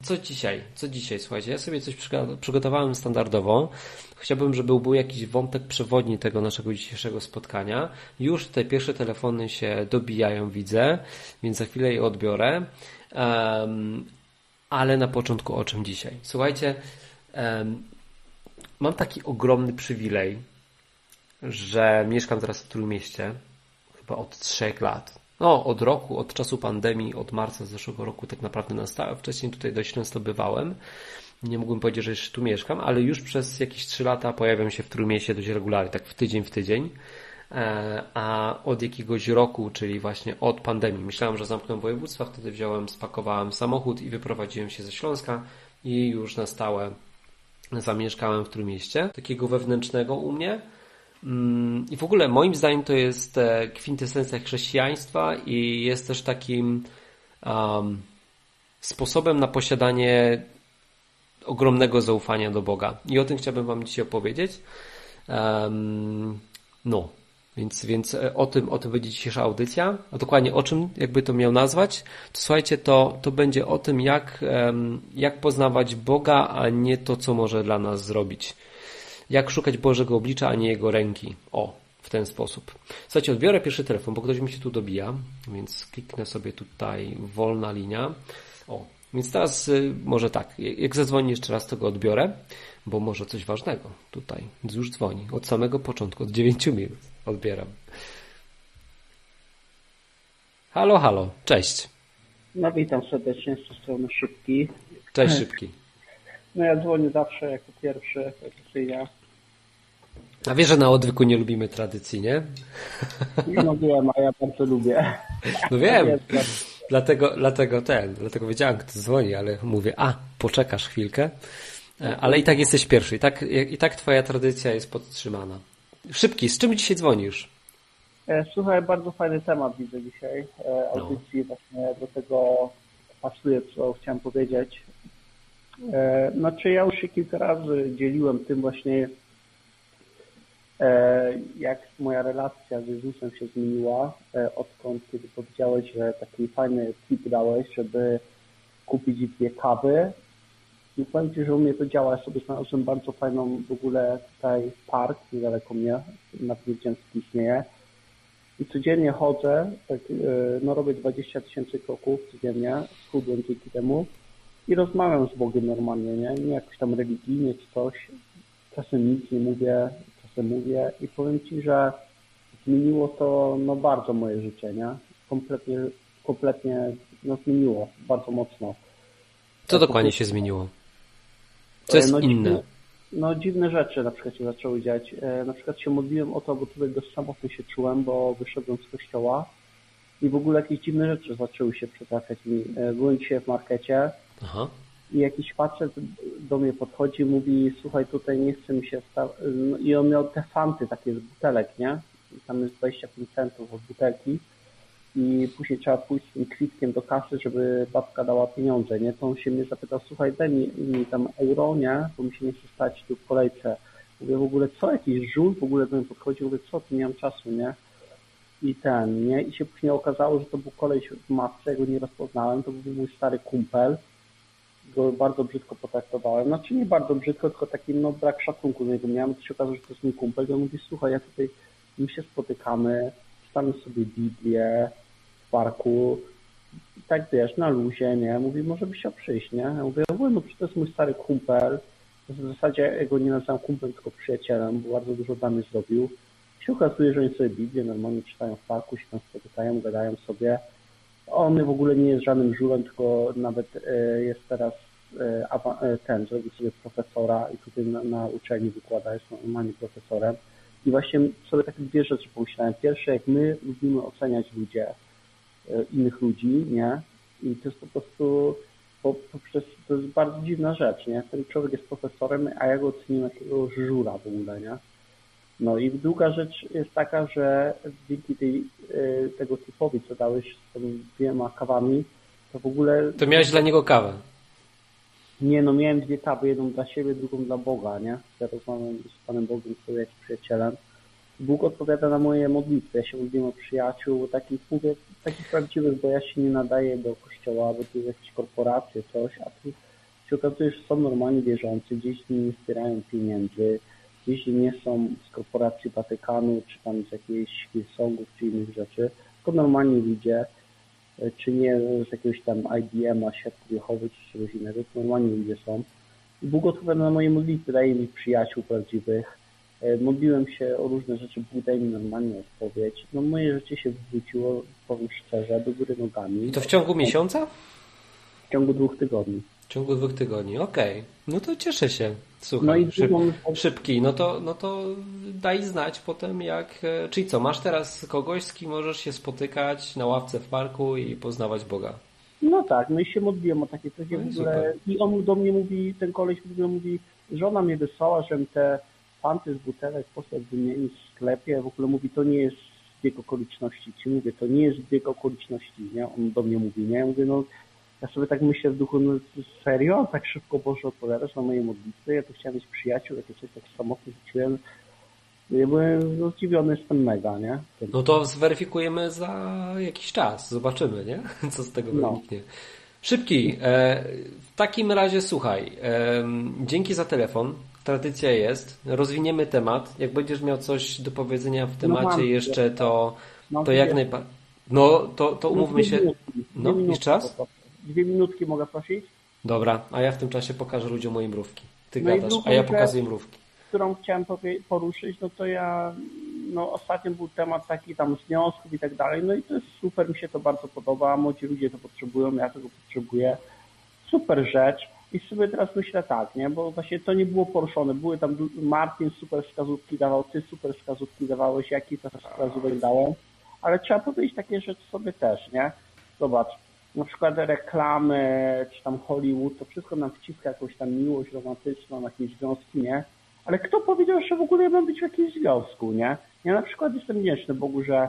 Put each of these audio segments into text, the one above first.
Co dzisiaj? Co dzisiaj? Słuchajcie, ja sobie coś przygotowałem standardowo. Chciałbym, żeby był jakiś wątek przewodni tego naszego dzisiejszego spotkania. Już te pierwsze telefony się dobijają, widzę, więc za chwilę je odbiorę. Ale na początku o czym dzisiaj? Słuchajcie, mam taki ogromny przywilej, że mieszkam teraz w Trójmieście, chyba od 3 lat. No, od roku, od czasu pandemii, od marca zeszłego roku tak naprawdę na stałe. Wcześniej tutaj dość często bywałem. Nie mógłbym powiedzieć, że jeszcze tu mieszkam, ale już przez jakieś 3 lata pojawiam się w Trójmieście dość regularnie, tak w tydzień. A od jakiegoś roku, czyli właśnie od pandemii, myślałem, że zamknę województwa, wtedy spakowałem samochód i wyprowadziłem się ze Śląska i już na stałe zamieszkałem w Trójmieście, takiego wewnętrznego u mnie. I w ogóle moim zdaniem to jest kwintesencja chrześcijaństwa i jest też takim sposobem na posiadanie ogromnego zaufania do Boga. I o tym chciałbym Wam dzisiaj opowiedzieć. No, więc o tym będzie dzisiejsza audycja. A dokładnie o czym jakby to miał nazwać? To słuchajcie, to będzie o tym, jak poznawać Boga, a nie to, co może dla nas zrobić. Jak szukać Bożego oblicza, a nie Jego ręki. O, w ten sposób. Słuchajcie, odbiorę pierwszy telefon, bo ktoś mi się tu dobija, więc kliknę sobie tutaj wolna linia. O, więc teraz może tak, jak zadzwoni jeszcze raz, to go odbiorę, bo może coś ważnego tutaj. Już dzwoni. Od samego początku, od 9 minut odbieram. Halo, halo, cześć. No witam serdecznie z tej strony Szybki. Cześć Szybki. No ja dzwonię zawsze jako pierwszy, tradycyjnie. A wiesz, że na odwyku nie lubimy tradycji, nie? No wiem, a ja bardzo lubię. No wiem, dlatego wiedziałem, kto dzwoni, ale mówię, poczekasz chwilkę, ale i tak jesteś pierwszy, i tak twoja tradycja jest podtrzymana. Szybki, z czym dzisiaj dzwonisz? Słuchaj, bardzo fajny temat widzę dzisiaj audycji, właśnie do tego pasuje, co chciałem powiedzieć. Znaczy ja już się kilka razy dzieliłem tym właśnie, jak moja relacja z Jezusem się zmieniła, odkąd kiedy powiedziałeś, że taki fajny tip dałeś, żeby kupić 2 kawy. I powiem Ci, że u mnie to działa. Ja sobie znalazłem bardzo fajną w ogóle tutaj park niedaleko mnie, na Gnieźnieńskim istnieje. I codziennie chodzę, tak, no robię 20 000 kroków codziennie, schudłem dzięki temu i rozmawiam z Bogiem normalnie, nie jakoś tam religijnie czy coś. Czasem nic nie mówię, czasem mówię i powiem Ci, że zmieniło to no bardzo moje życie, nie? Kompletnie no zmieniło bardzo mocno. Co dokładnie się zmieniło? Co jest inne? Dziwne rzeczy na przykład się zaczęły dziać. Na przykład się modliłem o to, bo tutaj dość samotny się czułem, bo wyszedłem z kościoła i w ogóle jakieś dziwne rzeczy zaczęły się przytrafiać mi. Byłem dzisiaj w markecie. Aha. I jakiś facet do mnie podchodzi i mówi, słuchaj, tutaj nie chce mi się I on miał te fanty takie z butelek, nie? I tam jest 25 centów od butelki i później trzeba pójść z tym kwitkiem do kasy, żeby babka dała pieniądze, nie? To on się mnie zapytał, słuchaj, daj mi tam euro, nie? Bo mi się nie chce stać tu w kolejce. Mówię, w ogóle co? Jakiś żul w ogóle do mnie podchodzi, mówię, co? Tu nie mam czasu, nie? Nie? I się później okazało, że to był koleś w masce, ja go nie rozpoznałem, to był mój stary kumpel. Go bardzo brzydko potraktowałem. Znaczy nie bardzo brzydko, tylko taki brak szacunku do niego miałem. To się okazało, że to jest mój kumpel. I on mówi, słuchaj, ja tutaj, my się spotykamy, czytamy sobie Biblię w parku, tak wiesz, na luzie, nie? Mówi, może byś chciał przyjść, nie? Ja mówię, no przecież to jest mój stary kumpel. W zasadzie ja go nie nazywam kumplem, tylko przyjacielem, bo bardzo dużo dla mnie zrobił. I się okazuje, że oni sobie Biblię normalnie czytają w parku, się tam spotykają, gadają sobie. On w ogóle nie jest żadnym żulem, tylko nawet jest teraz zrobił sobie profesora i tutaj na uczelni wykłada, jest normalnie profesorem. I właśnie sobie takie 2 rzeczy pomyślałem. Pierwsze, jak my lubimy oceniać innych ludzi, nie? I to jest po prostu, to jest bardzo dziwna rzecz, nie? Ten człowiek jest profesorem, a ja go oceniam jakiegoś żula w ogóle, nie? No i druga rzecz jest taka, że dzięki tego typowi, co dałeś z tymi 2 kawami, to w ogóle... To miałeś dla niego kawę? Nie, miałem 2 kawy, jedną dla siebie, drugą dla Boga, nie? Ja rozmawiam z Panem Bogiem, który jest przyjacielem. Bóg odpowiada na moje modlitwy. Ja się modliłem o przyjaciół, takich prawdziwych, bo ja się nie nadaję do kościoła, bo tu jest jakieś korporacje, coś, a tu się okazuje, że są normalnie wierzący, gdzieś nie zbierają pieniędzy, gdzieś nie są z korporacji Watykanu, czy tam z jakichś Hillsongów, czy innych rzeczy, tylko normalni ludzie, czy nie z jakiegoś tam IBM-a, Świadków Jehowy, czy czegoś innego, to normalni ludzie są. I Bóg odpowiada na moje modlitwy, daje mi przyjaciół prawdziwych. Modliłem się o różne rzeczy, Bóg daje mi normalnie odpowiedź. No moje życie się wywróciło, powiem szczerze, do góry nogami. I to w ciągu miesiąca? W ciągu 2 tygodni. W ciągu 2 tygodni, okej. No to cieszę się. Słuchaj, No i szybki, no to daj znać potem jak... Czyli co, masz teraz kogoś, z kim możesz się spotykać na ławce w parku i poznawać Boga? No tak, no i się modliłem o takie coś w ogóle. Super. I on do mnie mówi, ten koleś w ogóle mówi, żona mnie wysłała, żebym te fanty z butelek poszedł wymienił w sklepie. W ogóle mówi, to nie jest zbieg okoliczności. Ci mówię, to nie jest zbieg okoliczności, nie? On do mnie mówi, nie? Ja mówię, no ja sobie tak myślę w duchu, no serio? Tak szybko Boże odpowiadasz na moje modlitwy? Ja tu chciałem mieć przyjaciół, ja tu coś tak samotnie rzuciłem. Ja byłem zdziwiony, jestem mega, nie? No to zweryfikujemy za jakiś czas. Zobaczymy, nie? Co z tego wyniknie. Szybki. W takim razie słuchaj. Dzięki za telefon. Tradycja jest. Rozwiniemy temat. Jak będziesz miał coś do powiedzenia w temacie jeszcze, to jak najbardziej. No to umówmy się. No, jeszcze raz? 2 minutki mogę prosić? Dobra, a ja w tym czasie pokażę ludziom moje mrówki. Ty gadasz, a ja pokazuję mrówki. Którą chciałem poruszyć, no to ostatnio był temat taki tam związków i tak dalej, no i to jest super, mi się to bardzo podoba, młodzi ludzie to potrzebują, ja tego potrzebuję, super rzecz i sobie teraz myślę tak, nie, bo właśnie to nie było poruszone, były tam, Martin super wskazówki dawał, ty super wskazówki dawałeś, jaki to wskazówek dałem, ale trzeba powiedzieć takie rzeczy sobie też, nie, zobacz, na przykład reklamy, czy tam Hollywood, to wszystko nam wciska jakąś tam miłość romantyczną, jakieś związki, nie? Ale kto powiedział, że w ogóle ja mam być w jakimś związku, nie? Ja na przykład jestem wdzięczny Bogu, że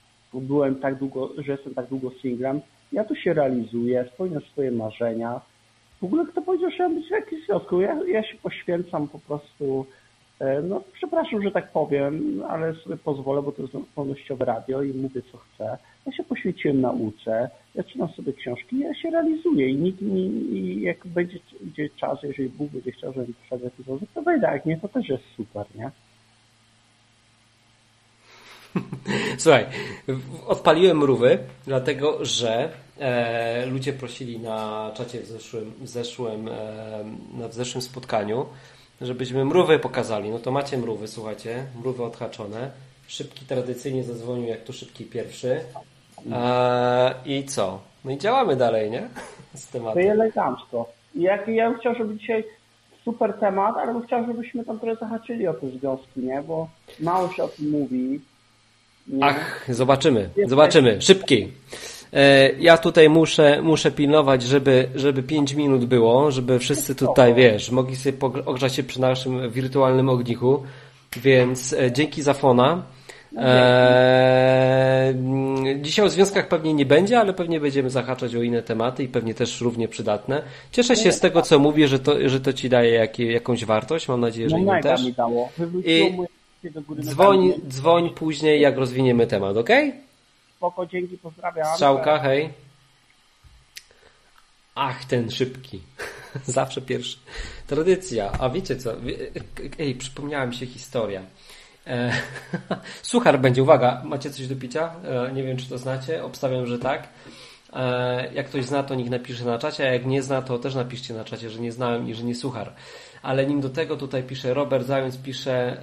jestem tak długo singlem. Ja tu się realizuję, spełniam swoje marzenia. W ogóle kto powiedział, że ja mam być w jakimś związku? Ja się poświęcam po prostu, no przepraszam, że tak powiem, ale sobie pozwolę, bo to jest wolnościowe radio i mówię co chcę. Ja się poświęciłem nauce, ja czytam sobie książki, ja się realizuję i jak będzie czas, jeżeli Bóg będzie chciał, żebym wszedł w jakiś związek, to wejdę, jak nie, to też jest super, nie? Słuchaj, odpaliłem mrówy, dlatego że ludzie prosili na czacie w zeszłym spotkaniu, żebyśmy mrówy pokazali. No to macie mrówy, słuchajcie, mrówy odhaczone. Szybki tradycyjnie zadzwonił, jak tu szybki pierwszy. I co? No i działamy dalej, nie? Z tematem. To jest elegancko. Ja bym chciał, żeby dzisiaj super temat, ale bym chciał, żebyśmy tam trochę zahaczyli o te związki, nie? Bo mało się o tym mówi. Nie? Ach, zobaczymy. Szybki. Ja tutaj muszę pilnować, żeby 5 minut było, żeby wszyscy tutaj, wiesz, mogli sobie ogrzać się przy naszym wirtualnym ogniku. Więc dzięki za fona. Dzisiaj o związkach pewnie nie będzie, ale pewnie będziemy zahaczać o inne tematy i pewnie też równie przydatne. Cieszę się z tego, co mówię, że to ci daje jakąś wartość. Mam nadzieję, że innym też. Mi dało. I dzwoń później, jak rozwiniemy temat, ok? Spoko, dzięki, pozdrawiam. Strzałka, hej. Ach, ten szybki. Zawsze pierwszy. Tradycja. A wiecie co? Przypomniała mi się historia. Suchar będzie, uwaga, macie coś do picia? Nie wiem, czy to znacie, obstawiam, że tak. Jak ktoś zna, to niech napisze na czacie, a jak nie zna, to też napiszcie na czacie, że nie znałem i że nie suchar. Ale nim do tego tutaj pisze Robert Zając, pisze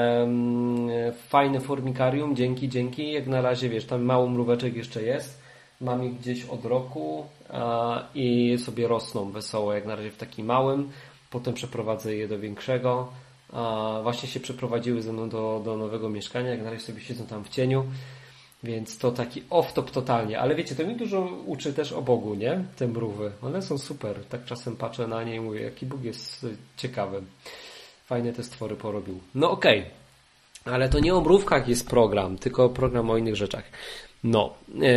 fajne formikarium, dzięki. Jak na razie, wiesz, tam mało mróweczek jeszcze jest. Mam ich gdzieś od roku i sobie rosną wesoło, jak na razie w takim małym. Potem przeprowadzę je do większego. Właśnie się przeprowadziły ze mną do nowego mieszkania, jak na razie sobie siedzą tam w cieniu, więc to taki off-top totalnie, ale wiecie, to mi dużo uczy też o Bogu, nie? Te mrówy, one są super, tak czasem patrzę na nie i mówię, jaki Bóg jest ciekawy, fajne te stwory porobił. No okej, ale to nie o mrówkach jest program, tylko program o innych rzeczach. No,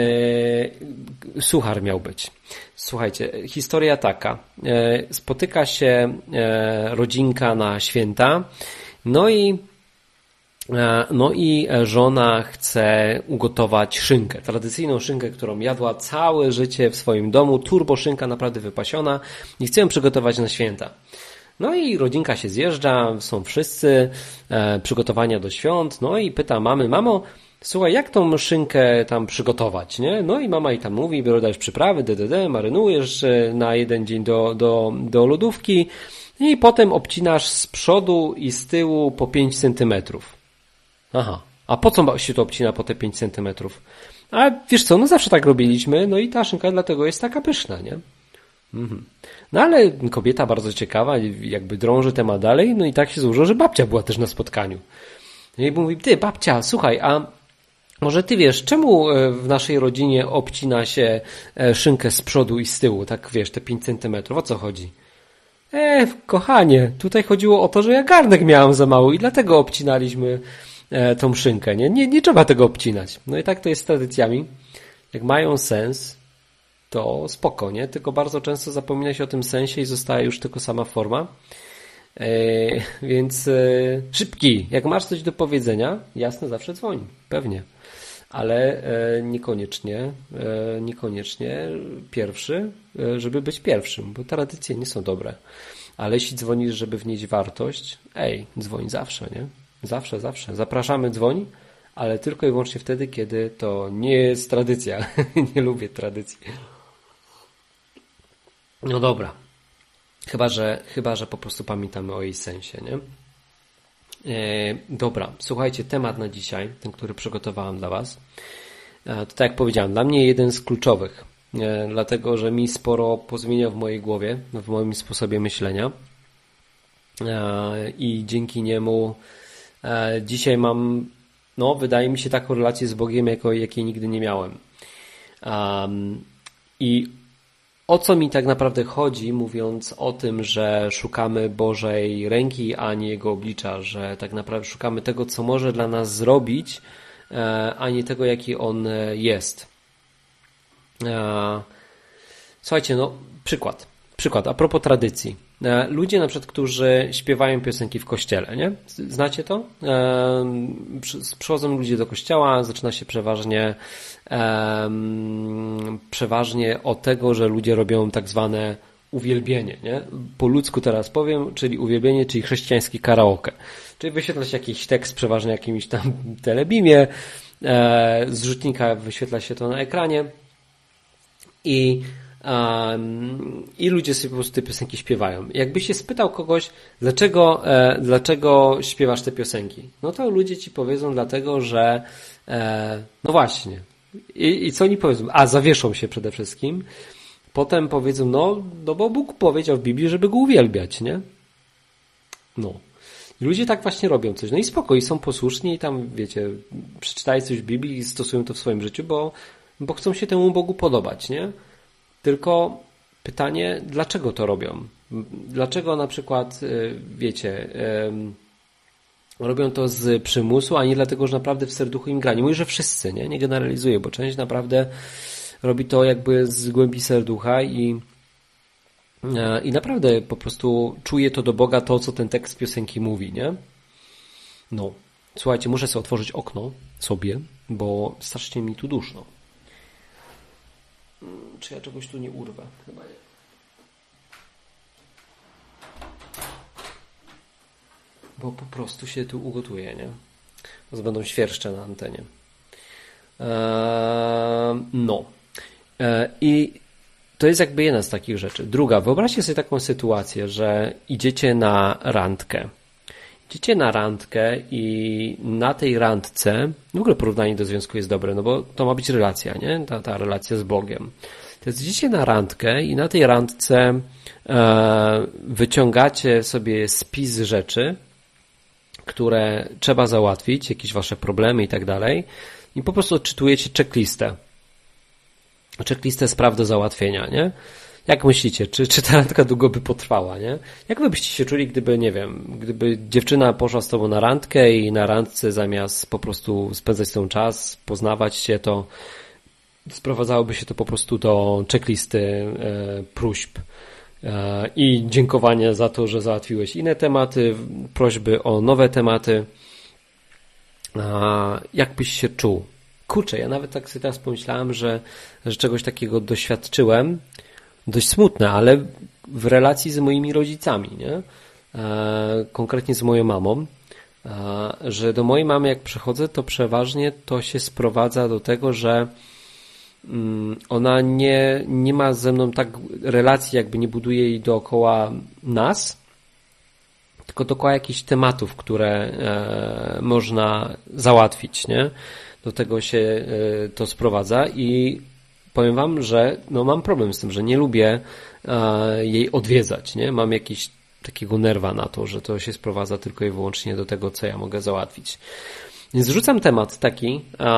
suchar miał być. Słuchajcie, historia taka. Spotyka się rodzinka na święta, no i No i żona chce ugotować szynkę, tradycyjną szynkę, którą jadła całe życie w swoim domu, turbo szynka naprawdę wypasiona i chce ją przygotować na święta. No i rodzinka się zjeżdża, są wszyscy, przygotowania do świąt, no i pyta mamy, mamo, słuchaj, jak tą szynkę tam przygotować, nie? No i mama jej tam mówi, dodajesz przyprawy, marynujesz na jeden dzień do lodówki i potem obcinasz z przodu i z tyłu po 5 centymetrów. Aha, a po co się to obcina po te 5 centymetrów? A wiesz co, no zawsze tak robiliśmy, no i ta szynka dlatego jest taka pyszna, nie? No ale kobieta bardzo ciekawa, jakby drąży temat dalej, no i tak się złożyło, że babcia była też na spotkaniu. No i mówi, ty babcia, słuchaj, a może ty wiesz, czemu w naszej rodzinie obcina się szynkę z przodu i z tyłu, tak wiesz, te 5 centymetrów, o co chodzi? Kochanie, tutaj chodziło o to, że ja garnek miałam za mały i dlatego obcinaliśmy tą szynkę, nie trzeba tego obcinać. No i tak to jest z tradycjami. Jak mają sens, to spoko, nie? Tylko bardzo często zapomina się o tym sensie i zostaje już tylko sama forma. Więc szybki. Jak masz coś do powiedzenia, jasne, zawsze dzwoń. Pewnie. Ale niekoniecznie pierwszy, żeby być pierwszym, bo tradycje nie są dobre. Ale jeśli dzwonisz, żeby wnieść wartość, dzwoń zawsze, nie? Zawsze. Zapraszamy, dzwoń, ale tylko i wyłącznie wtedy, kiedy to nie jest tradycja. Nie lubię tradycji. No dobra. Chyba, że po prostu pamiętamy o jej sensie, nie? Dobra, słuchajcie, temat na dzisiaj, ten, który przygotowałem dla Was, to tak jak powiedziałem, dla mnie jeden z kluczowych, dlatego, że mi sporo pozmieniał w mojej głowie, w moim sposobie myślenia i dzięki niemu dzisiaj mam, wydaje mi się, taką relację z Bogiem, jakiej nigdy nie miałem. I o co mi tak naprawdę chodzi, mówiąc o tym, że szukamy Bożej ręki, a nie Jego oblicza, że tak naprawdę szukamy tego, co może dla nas zrobić, a nie tego, jaki On jest. Słuchajcie, przykład, a propos tradycji. Ludzie na przykład, którzy śpiewają piosenki w kościele, nie? Znacie to? Przychodzą ludzie do kościoła, zaczyna się przeważnie od tego, że ludzie robią tak zwane uwielbienie, nie? Po ludzku teraz powiem, czyli uwielbienie, czyli chrześcijański karaoke. Czyli wyświetla się jakiś tekst, przeważnie jakimś tam telebimie, z rzutnika wyświetla się to na ekranie i ludzie sobie po prostu te piosenki śpiewają. Jakbyś się spytał kogoś, dlaczego śpiewasz te piosenki, no to ludzie ci powiedzą, dlatego, że no właśnie. I co oni powiedzą? Zawieszą się przede wszystkim. Potem powiedzą, no bo Bóg powiedział w Biblii, żeby Go uwielbiać, nie? No. I ludzie tak właśnie robią coś. No i spoko, i są posłuszni i tam, wiecie, przeczytali coś w Biblii i stosują to w swoim życiu, bo chcą się temu Bogu podobać, nie? Tylko pytanie, dlaczego to robią? Dlaczego na przykład, wiecie, robią to z przymusu, a nie dlatego, że naprawdę w serduchu im gra. Nie mówię, że wszyscy, nie generalizuję, bo część naprawdę robi to jakby z głębi serducha i naprawdę po prostu czuje to do Boga to, co ten tekst piosenki mówi, nie? No, słuchajcie, muszę sobie otworzyć okno sobie, bo strasznie mi tu duszno. Czy ja czegoś tu nie urwę? Chyba nie. Bo po prostu się tu ugotuje, nie? Teraz będą świerszcze na antenie. I to jest jakby jedna z takich rzeczy. Druga, wyobraźcie sobie taką sytuację, że idziecie na randkę. Idziecie na randkę i na tej randce, w ogóle porównanie do związku jest dobre, no bo to ma być relacja, nie? Ta relacja z Bogiem. To jest, idziecie na randkę i na tej randce wyciągacie sobie spis rzeczy, które trzeba załatwić, jakieś wasze problemy i tak dalej i po prostu odczytujecie checklistę spraw do załatwienia, nie? Jak myślicie, czy ta randka długo by potrwała, nie? Jak wy byście się czuli, gdyby, nie wiem, gdyby dziewczyna poszła z tobą na randkę i na randce zamiast po prostu spędzać z tą czas, poznawać się, to sprowadzałoby się to po prostu do checklisty próśb i dziękowania za to, że załatwiłeś inne tematy, prośby o nowe tematy Jak byś się czuł? Kurczę, ja nawet tak sobie teraz pomyślałem, że czegoś takiego doświadczyłem. Dość smutne, ale w relacji z moimi rodzicami, nie? Konkretnie z moją mamą, że do mojej mamy jak przychodzę, to przeważnie to się sprowadza do tego, że ona nie ma ze mną tak relacji, jakby nie buduje jej dookoła nas, tylko dookoła jakichś tematów, które można załatwić, nie? Do tego się to sprowadza i powiem wam, że mam problem z tym, że nie lubię jej odwiedzać, nie? Mam jakiś takiego nerwa na to, że to się sprowadza tylko i wyłącznie do tego, co ja mogę załatwić. Więc rzucam temat taki,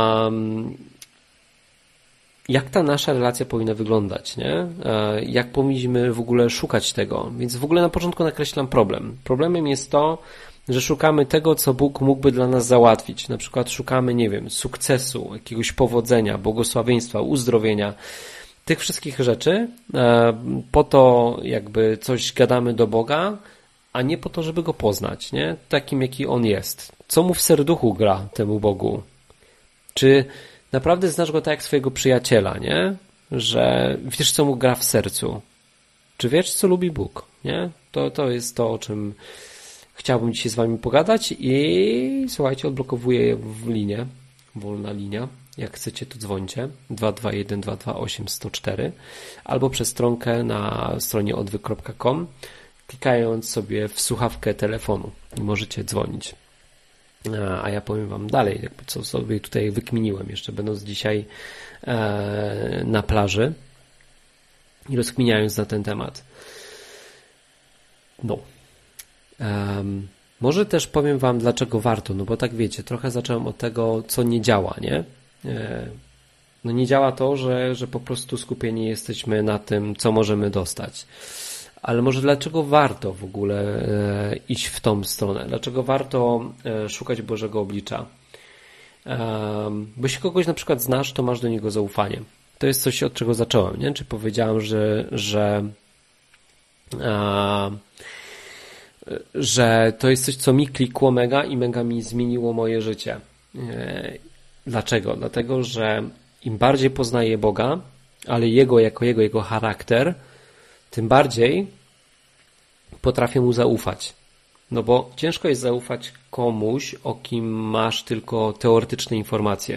jak ta nasza relacja powinna wyglądać, nie? Jak powinniśmy w ogóle szukać tego. Więc w ogóle na początku nakreślam problem. Problemem jest to, że szukamy tego, co Bóg mógłby dla nas załatwić. Na przykład szukamy, nie wiem, sukcesu, jakiegoś powodzenia, błogosławieństwa, uzdrowienia. Tych wszystkich rzeczy po to jakby coś gadamy do Boga, a nie po to, żeby Go poznać, nie? Takim, jaki On jest. Co mu w serduchu gra temu Bogu? Czy naprawdę znasz Go tak jak swojego przyjaciela, nie? Że wiesz, co mu gra w sercu. Czy wiesz, co lubi Bóg, nie? To jest to, o czym chciałbym dzisiaj z wami pogadać i słuchajcie, odblokowuję w linię, wolna linia. Jak chcecie, to dzwońcie 221 228 104 albo przez stronkę na stronie odwyk.com, klikając sobie w słuchawkę telefonu i możecie dzwonić. A ja powiem wam dalej, jakby co sobie tutaj wykminiłem, jeszcze będąc dzisiaj na plaży i rozkminiając na ten temat. No. Może też powiem wam, dlaczego warto, no bo tak wiecie, trochę zacząłem od tego, co nie działa, nie? No nie działa to, że po prostu skupieni jesteśmy na tym, co możemy dostać. Ale może dlaczego warto w ogóle iść w tą stronę? Dlaczego warto szukać Bożego oblicza? Bo jeśli kogoś na przykład znasz, to masz do niego zaufanie. To jest coś, od czego zacząłem, nie? Czy powiedziałem, że to jest coś, co mi klikło mega i mega mi zmieniło moje życie. Dlaczego? Dlatego, że im bardziej poznaję Boga, ale Jego charakter, tym bardziej potrafię Mu zaufać. No bo ciężko jest zaufać komuś, o kim masz tylko teoretyczne informacje.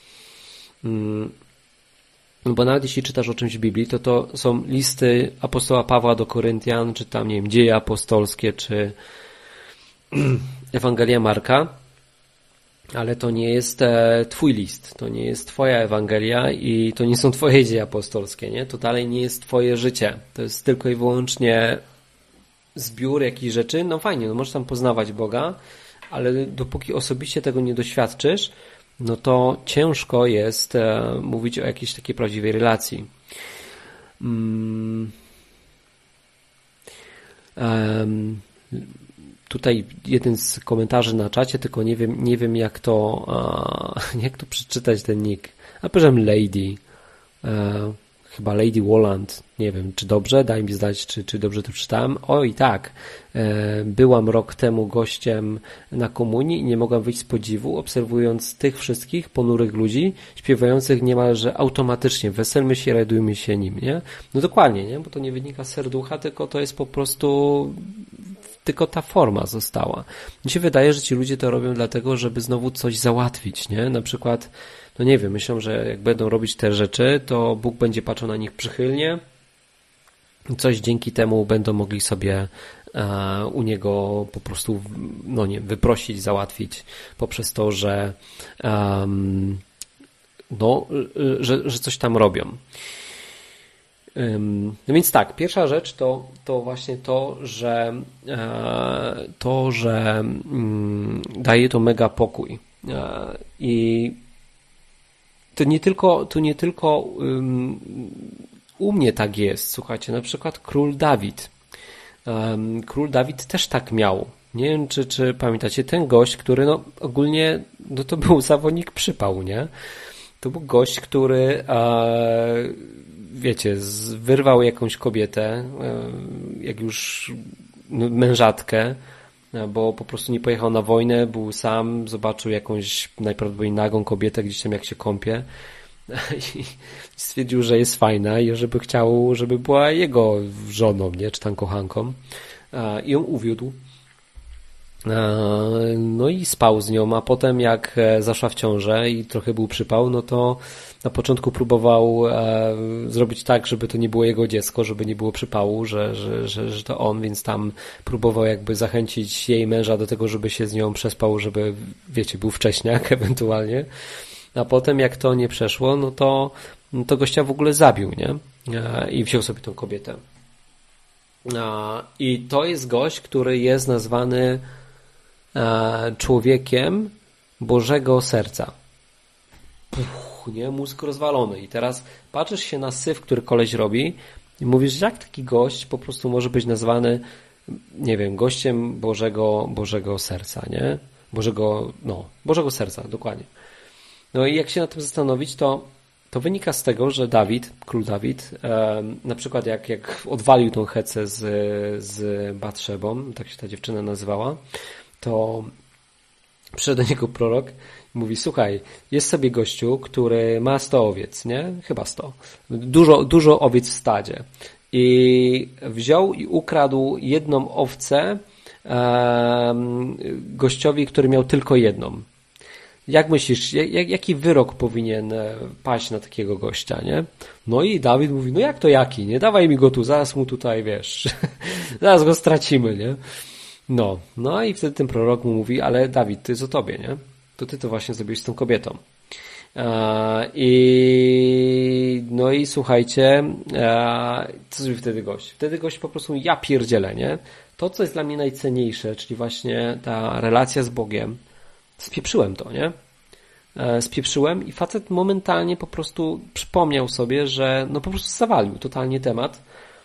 No bo nawet jeśli czytasz o czymś w Biblii, to są listy apostoła Pawła do Koryntian, czy tam, nie wiem, Dzieje apostolskie, czy Ewangelia Marka, ale to nie jest twój list, to nie jest twoja Ewangelia i to nie są twoje dzieje apostolskie, nie? To dalej nie jest twoje życie. To jest tylko i wyłącznie zbiór jakichś rzeczy. No fajnie, no możesz tam poznawać Boga, ale dopóki osobiście tego nie doświadczysz, no to ciężko jest mówić o jakiejś takiej prawdziwej relacji. Tutaj jeden z komentarzy na czacie, tylko nie wiem jak to przeczytać ten nick. A powiedziałem Lady. Chyba Lady Walland. Nie wiem, czy dobrze, daj mi znać, czy dobrze to czytałem. Oj, tak. Byłam rok temu gościem na komunii i nie mogłam wyjść z podziwu, obserwując tych wszystkich ponurych ludzi, śpiewających niemalże automatycznie. Weselmy się, radujmy się nim, nie? No dokładnie, nie? Bo to nie wynika z serducha, tylko to jest po prostu tylko ta forma została. Mi się wydaje, że ci ludzie to robią dlatego, żeby znowu coś załatwić, nie? Na przykład, no nie wiem, myślą, że jak będą robić te rzeczy, to Bóg będzie patrzył na nich przychylnie, coś dzięki temu będą mogli sobie u Niego po prostu, no nie, wyprosić, załatwić poprzez to, że że coś tam robią. No więc tak, pierwsza rzecz to właśnie to, że daje to mega pokój. I to nie tylko u mnie tak jest. Słuchajcie, na przykład król Dawid. Król Dawid też tak miał. Nie wiem, czy pamiętacie, ten gość, który ogólnie to był zawodnik przypał, nie? To był gość, który wiecie, wyrwał jakąś kobietę, jak już mężatkę, bo po prostu nie pojechał na wojnę, był sam, zobaczył jakąś najprawdopodobniej nagą kobietę gdzieś tam jak się kąpie i stwierdził, że jest fajna i żeby chciał, żeby była jego żoną, nie, czy tam kochanką, i ją uwiódł. No i spał z nią, a potem jak zaszła w ciążę i trochę był przypał, no to na początku próbował zrobić tak, żeby to nie było jego dziecko, żeby nie było przypału, że to on, więc tam próbował jakby zachęcić jej męża do tego, żeby się z nią przespał, żeby, wiecie, był wcześniak ewentualnie. A potem jak to nie przeszło, no to gościa w ogóle zabił, nie? I wziął sobie tą kobietę. I to jest gość, który jest nazwany człowiekiem Bożego Serca. Nie? Mózg rozwalony. I teraz patrzysz się na syf, który koleś robi i mówisz, jak taki gość po prostu może być nazwany, nie wiem, gościem Bożego Serca, nie? Bożego Serca, dokładnie. No i jak się na tym zastanowić, to wynika z tego, że król Dawid, na przykład jak odwalił tą hecę z Batszebą, tak się ta dziewczyna nazywała, to przyszedł do niego prorok i mówi, słuchaj, jest sobie gościu, który ma 100 owiec, nie? Chyba 100. Dużo owiec w stadzie. I wziął i ukradł jedną owcę gościowi, który miał tylko jedną. Jak myślisz, jaki wyrok powinien paść na takiego gościa, nie? No i Dawid mówi, no jak to jaki, nie? Dawaj mi go tu, zaraz mu tutaj, wiesz, zaraz go stracimy, nie? No i wtedy ten prorok mu mówi, ale Dawid, to jest o tobie, nie? To ty to właśnie zrobiłeś z tą kobietą. No i słuchajcie, co zrobił wtedy gość? Wtedy gość po prostu, ja pierdzielę, nie? To, co jest dla mnie najcenniejsze, czyli właśnie ta relacja z Bogiem, spieprzyłem to, nie? Spieprzyłem i facet momentalnie po prostu przypomniał sobie, że no po prostu zawalił totalnie temat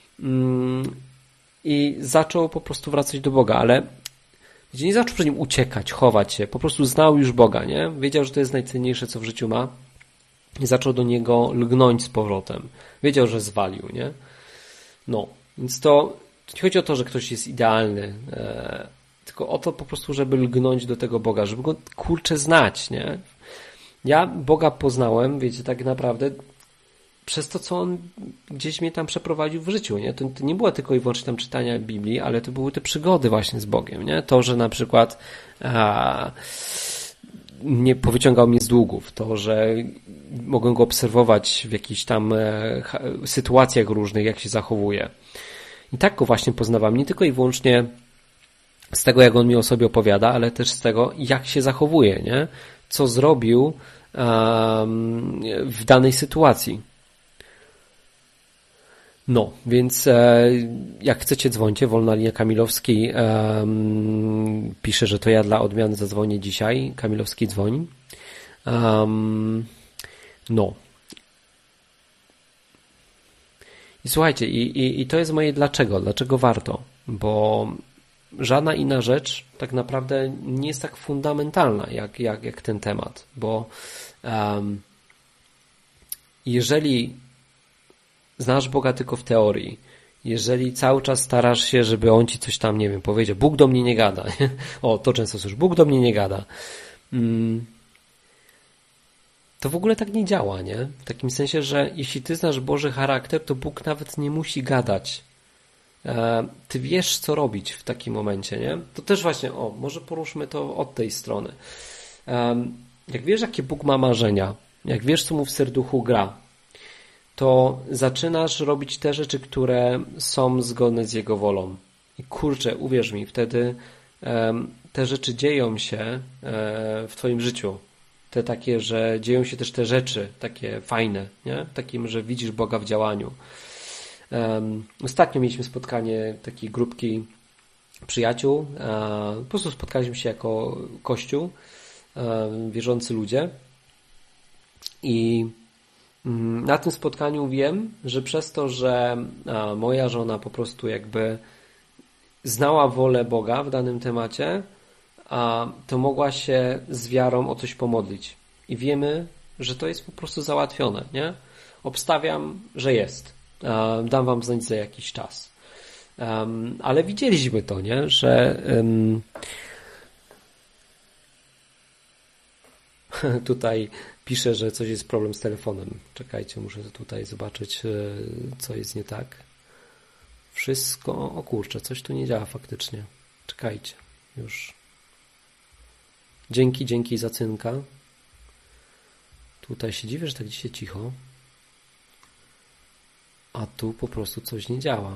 i zaczął po prostu wracać do Boga, ale nie zaczął przed nim uciekać, chować się, po prostu znał już Boga, nie? Wiedział, że to jest najcenniejsze, co w życiu ma i zaczął do niego lgnąć z powrotem. Wiedział, że zwalił, nie? No, więc to nie chodzi o to, że ktoś jest idealny, tylko o to po prostu, żeby lgnąć do tego Boga, żeby go, kurczę, znać, nie? Ja Boga poznałem, wiecie, tak naprawdę przez to, co On gdzieś mnie tam przeprowadził w życiu, nie? To nie było tylko i wyłącznie tam czytania Biblii, ale to były te przygody właśnie z Bogiem, nie? To, że na przykład nie powyciągał mnie z długów, to, że mogłem go obserwować w jakichś tam sytuacjach różnych, jak się zachowuje. I tak go właśnie poznawałem, nie tylko i wyłącznie z tego, jak on mi o sobie opowiada, ale też z tego, jak się zachowuje, nie? Co zrobił w danej sytuacji. No, więc jak chcecie, dzwońcie. Wolna linia Kamilowskiej pisze, że to ja dla odmiany zadzwonię dzisiaj. Kamilowski dzwoni. No. I słuchajcie, i to jest moje dlaczego. Dlaczego warto? Bo żadna inna rzecz tak naprawdę nie jest tak fundamentalna jak ten temat. Bo jeżeli znasz Boga tylko w teorii, jeżeli cały czas starasz się, żeby On ci coś tam, nie wiem, powiedział, Bóg do mnie nie gada. O, to często słyszę, Bóg do mnie nie gada. To w ogóle tak nie działa, nie? W takim sensie, że jeśli ty znasz Boży charakter, to Bóg nawet nie musi gadać. Ty wiesz, co robić w takim momencie, nie? To też właśnie, może poruszmy to od tej strony. Jak wiesz, jakie Bóg ma marzenia, jak wiesz, co mu w serduchu gra, to zaczynasz robić te rzeczy, które są zgodne z Jego wolą. I kurczę, uwierz mi, wtedy te rzeczy dzieją się w twoim życiu. Te takie, że dzieją się też te rzeczy takie fajne, nie? Takim, że widzisz Boga w działaniu. Ostatnio mieliśmy spotkanie takiej grupki przyjaciół. Po prostu spotkaliśmy się jako kościół, wierzący ludzie. I na tym spotkaniu wiem, że przez to, że moja żona po prostu jakby znała wolę Boga w danym temacie, to mogła się z wiarą o coś pomodlić. I wiemy, że to jest po prostu załatwione, nie? Obstawiam, że jest. Dam wam znać za jakiś czas. Ale widzieliśmy to, nie? Że Tutaj pisze, że coś jest problem z telefonem. Czekajcie, muszę tutaj zobaczyć, co jest nie tak. Wszystko, o kurczę, coś tu nie działa faktycznie. Czekajcie, już. Dzięki za cynka. Tutaj się dziwię, że tak dzisiaj cicho. A tu po prostu coś nie działa.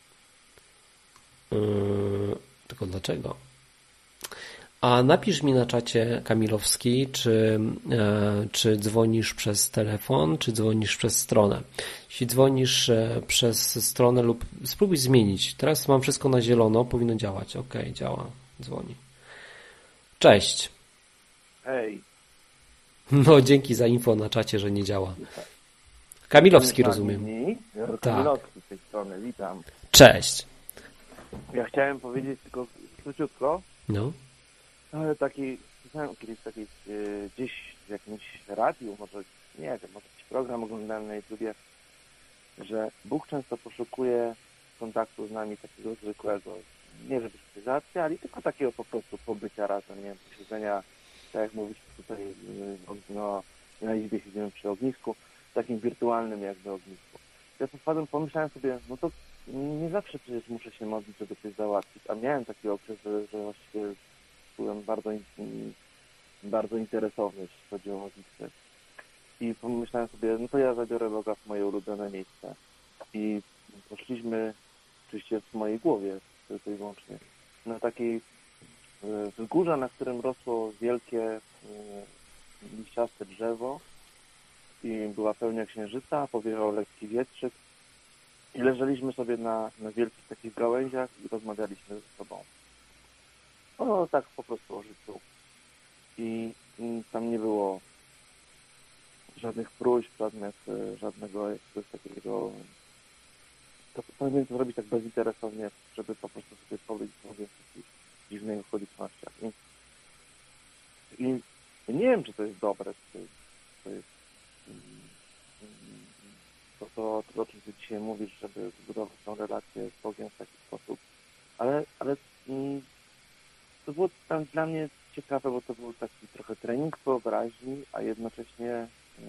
Tylko dlaczego? A napisz mi na czacie, Kamilowski, czy dzwonisz przez telefon, czy dzwonisz przez stronę. Jeśli dzwonisz przez stronę lub spróbuj zmienić. Teraz mam wszystko na zielono, powinno działać. Ok, działa, dzwoni. Cześć. Hej. No, dzięki za info na czacie, że nie działa. Kamilowski, rozumiem. Tak. Kamilowski z tej strony, witam. Cześć. Ja chciałem powiedzieć tylko króciutko, No. ale słyszałem kiedyś gdzieś w jakimś radiu, może nie wiem, może jakiś program oglądałem na YouTubie, że Bóg często poszukuje kontaktu z nami takiego zwykłego, nie żeby się załatwiali, tylko takiego po prostu pobycia razem, nie wiem, posiedzenia, tak jak mówisz tutaj, na izbie siedzimy przy ognisku, takim wirtualnym jakby ognisku. Ja pomyślałem sobie, no to nie zawsze przecież muszę się modlić, żeby coś załatwić, a miałem taki okres, że właściwie byłem bardzo interesowny, jeśli chodzi o modlitwę. I pomyślałem sobie, no to ja zabiorę Boga w moje ulubione miejsce. I poszliśmy, oczywiście w mojej głowie, tylko i wyłącznie, na takiej wzgórza, na którym rosło wielkie liściaste drzewo i była pełnia księżyca, powiewał lekki wietrzyk i leżeliśmy sobie na wielkich takich gałęziach i rozmawialiśmy ze sobą. O, tak po prostu o życiu. I tam nie było żadnych próśb, żadnego jakiegoś takiego... To powinien to zrobić tak bezinteresownie, żeby po prostu sobie powiedzieć o takich dziwnych okolicznościach. I nie wiem, czy to jest dobre, czy to jest to, o czym ty dzisiaj mówisz, żeby zbudować tą relację z Bogiem w taki sposób. Ale to było tam dla mnie ciekawe, bo to był taki trochę trening wyobraźni, a jednocześnie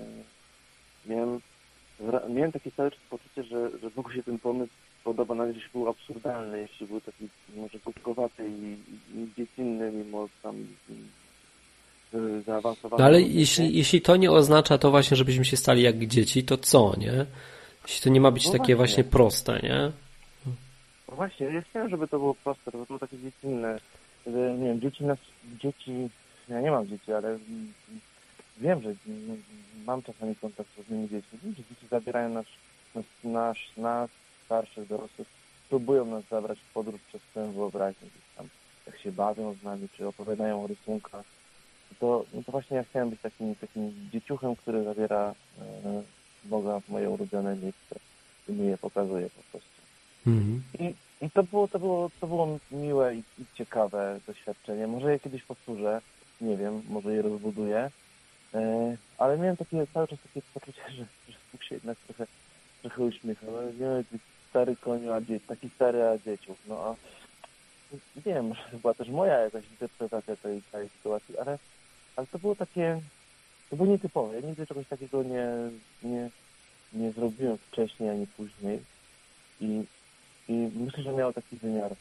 miałem takie cały czas poczucie, że Bogu się ten pomysł podoba, nawet jeśli był absurdalny, jeśli był taki może głupkowaty i dziecinny, mimo tam zaawansowany. No ale jeśli to nie oznacza to właśnie, żebyśmy się stali jak dzieci, to co, nie? Jeśli to nie ma być takie właśnie proste, nie? No właśnie, ja chciałem, żeby to było proste, żeby to było takie dziecinne. Nie wiem, dzieci, ja nie mam dzieci, ale wiem, że mam czasami kontakt z różnymi dziećmi. Wiem, że dzieci zabierają nas, starszych, dorosłych, próbują nas zabrać w podróż przez swoją wyobraźnię, gdzieś tam, jak się bawią z nami, czy opowiadają o rysunkach. To właśnie ja chciałem być takim dzieciuchem, który zabiera Boga w moje ulubione miejsce i mi je pokazuje po prostu. Mhm. I to było miłe i ciekawe doświadczenie. Może je kiedyś powtórzę, nie wiem, może je rozbuduję, ale miałem cały czas takie poczucie, że Bóg się jednak trochę uśmiechał. No, nie, ty stary koniu, taki stary, a dzieciów. No a nie wiem, może to była też moja jakaś interpretacja tej całej sytuacji, ale to było to było nietypowe. Ja nigdy czegoś takiego nie zrobiłem wcześniej ani później i myślę, że miało taki wymiar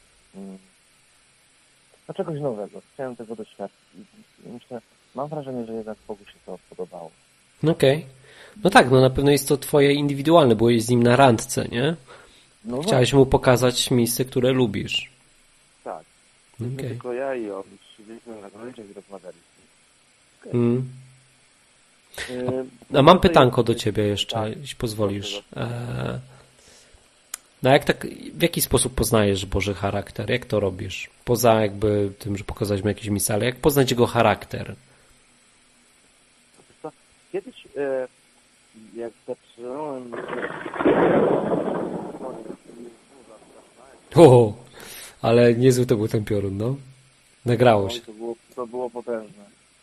czegoś nowego. Chciałem tego doświadczyć i myślę, mam wrażenie, że jednak Bogu się to podobało. Okej. No tak, no na pewno jest to twoje indywidualne, byłeś z nim na randce, nie? No chciałeś mu pokazać miejsce, które lubisz. Tak. Okay. Tylko ja i on siedzieliśmy na gałęziach i rozmawialiśmy. A mam pytanko do ciebie jeszcze, tak, jeśli pozwolisz. No w jaki sposób poznajesz Boży charakter? Jak to robisz? Poza jakby tym, że pokazaliśmy jakieś misale, jak poznać jego charakter? Kiedyś jak zaczynałem... O, ale niezły to był ten piorun, no. Nagrało się. To było potężne.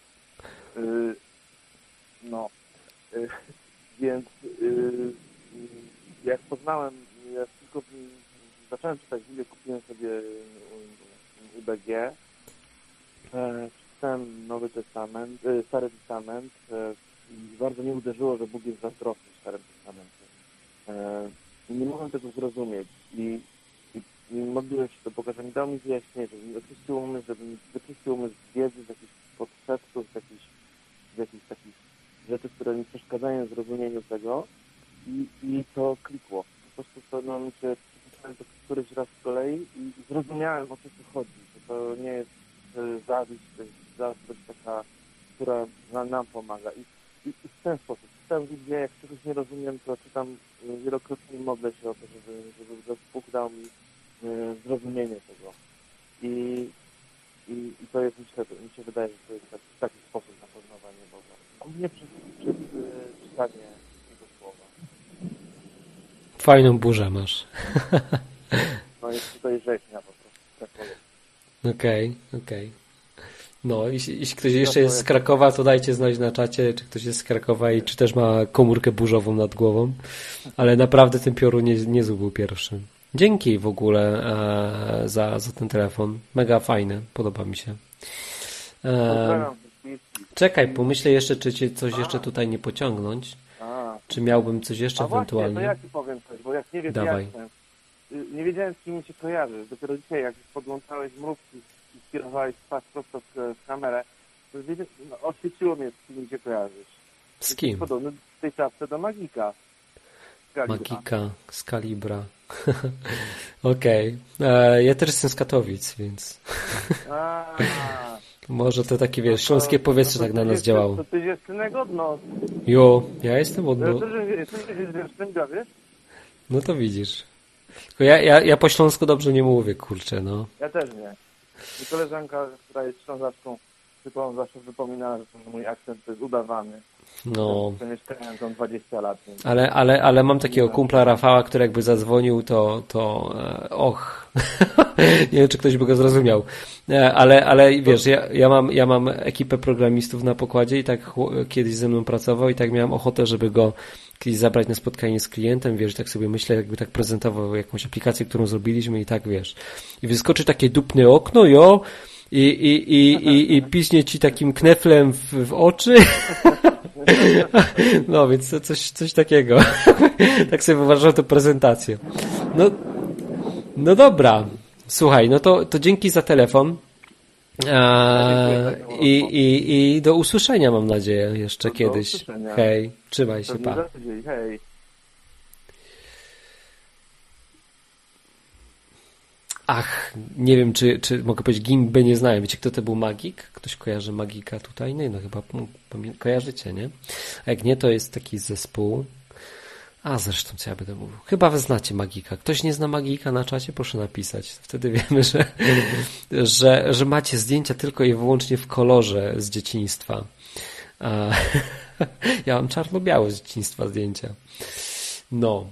Więc jak poznałem, jak tylko zacząłem czytać Biblię, kupiłem sobie UBG, czytałem Nowy Testament, Stary Testament i bardzo mnie uderzyło, że Bóg jest zazdrosny w Starym Testamencie. Nie mogłem tego zrozumieć i modliłem się do Boga, że mi dał mi wyjaśnienie, żeby mi oczyścił umysł, żeby mi wyczyścił umysł z wiedzy, z jakichś podszeptów, z jakichś takich rzeczy, które mi przeszkadzają w zrozumieniu tego i to klikło. Po prostu to mi się przeczytałem to któryś raz z kolei i zrozumiałem, o co tu chodzi, że to nie jest zawiść, to jest zazdrość taka, która nam pomaga. I w ten sposób. Czytam Biblię, jak czegoś nie rozumiem, to czytam wielokrotnie i modlę się o to, żeby Bóg dał mi zrozumienie tego. I to jest, mi się wydaje, że to jest taki sposób na poznawanie Boga. Głównie przez czytanie Jego słowa. Fajną burzę masz. No jest tutaj rzeźnia po prostu. Tak powiem. Okej. No, jeśli ktoś jeszcze jest z Krakowa, to dajcie znać na czacie, czy ktoś jest z Krakowa i czy też ma komórkę burzową nad głową. Ale naprawdę ten piorun niezły był pierwszy. Dzięki w ogóle za ten telefon. Mega fajny, podoba mi się. Czekaj, pomyślę jeszcze, czy cię coś jeszcze tutaj nie pociągnąć. Czy miałbym coś jeszcze ewentualnie? Właśnie, to ja ci powiem coś, bo jak nie wiedziałem, nie wiedziałem, z kim mi się kojarzy. Dopiero dzisiaj, jak podłączałeś mrówki i skierowałeś twarz prosto w kamerę, to oświeciło mnie, z kim mi się kojarzysz. Z kim? Podobny w tej czapce do Magika. Magika z Kalibra. Okej. Ja też jestem z Katowic, więc... Może to takie, wiesz, śląskie powietrze tak na nas działało. To ty jest synek od nos. Jo, ja jestem od nos. Wiesz? No to widzisz. Tylko ja po śląsku dobrze nie mówię, kurczę, no. Ja też nie. I koleżanka, która jest ślązaczką, zawsze wypominała, że ten mój akcent jest udawany. No. Mieszkałem tam 20 lat. Więc... Ale mam takiego kumpla Rafała, który jakby zadzwonił, to nie wiem, czy ktoś by go zrozumiał. Ale wiesz, ja mam ekipę programistów na pokładzie i tak kiedyś ze mną pracował i tak miałem ochotę, żeby go kiedyś zabrać na spotkanie z klientem, wiesz, tak sobie myślę, jakby tak prezentował jakąś aplikację, którą zrobiliśmy i tak, wiesz. I wyskoczy takie dupne okno, jo, i piśnie ci takim kneflem w oczy. No, więc to coś takiego. Tak sobie uważam tę prezentację. No dobra. Słuchaj, no to dzięki za telefon. I do usłyszenia, mam nadzieję, jeszcze kiedyś. Hej, trzymaj się, pa. Hej. Ach, nie wiem, czy mogę powiedzieć, Gimbę nie znałem. Wiecie, kto to był Magik? Ktoś kojarzy Magika tutaj? No chyba kojarzycie, nie? A jak nie, to jest taki zespół. A zresztą, co ja będę mówił? Chyba wy znacie Magika. Ktoś nie zna Magika na czacie? Proszę napisać. Wtedy wiemy, że macie zdjęcia tylko i wyłącznie w kolorze z dzieciństwa. Ja mam czarno-białe z dzieciństwa zdjęcia. No.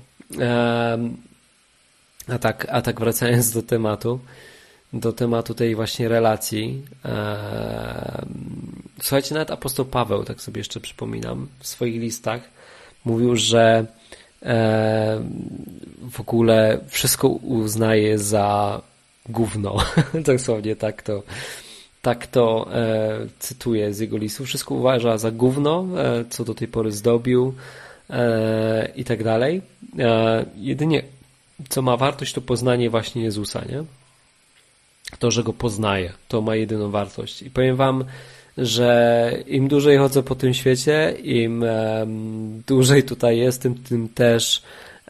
A tak wracając do tematu tej właśnie relacji. Słuchajcie, nawet apostoł Paweł, tak sobie jeszcze przypominam, w swoich listach mówił, że w ogóle wszystko uznaje za gówno. Dosłownie tak to cytuję z jego listów. Wszystko uważa za gówno, co do tej pory zdobił i tak dalej. Jedynie co ma wartość, to poznanie właśnie Jezusa, nie? To, że Go poznaję, to ma jedyną wartość. I powiem wam, że im dłużej chodzę po tym świecie, im dłużej tutaj jestem, tym też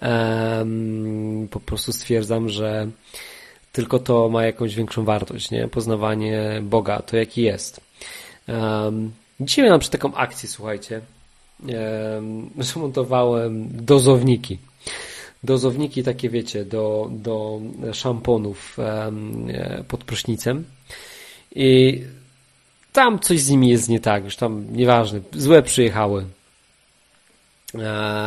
po prostu stwierdzam, że tylko to ma jakąś większą wartość, nie? Poznawanie Boga, to jaki jest. Dzisiaj miałem przy taką akcję, słuchajcie, zmontowałem dozowniki. Dozowniki takie, wiecie, do szamponów pod prysznicem i tam coś z nimi jest nie tak, już tam nieważne, złe przyjechały.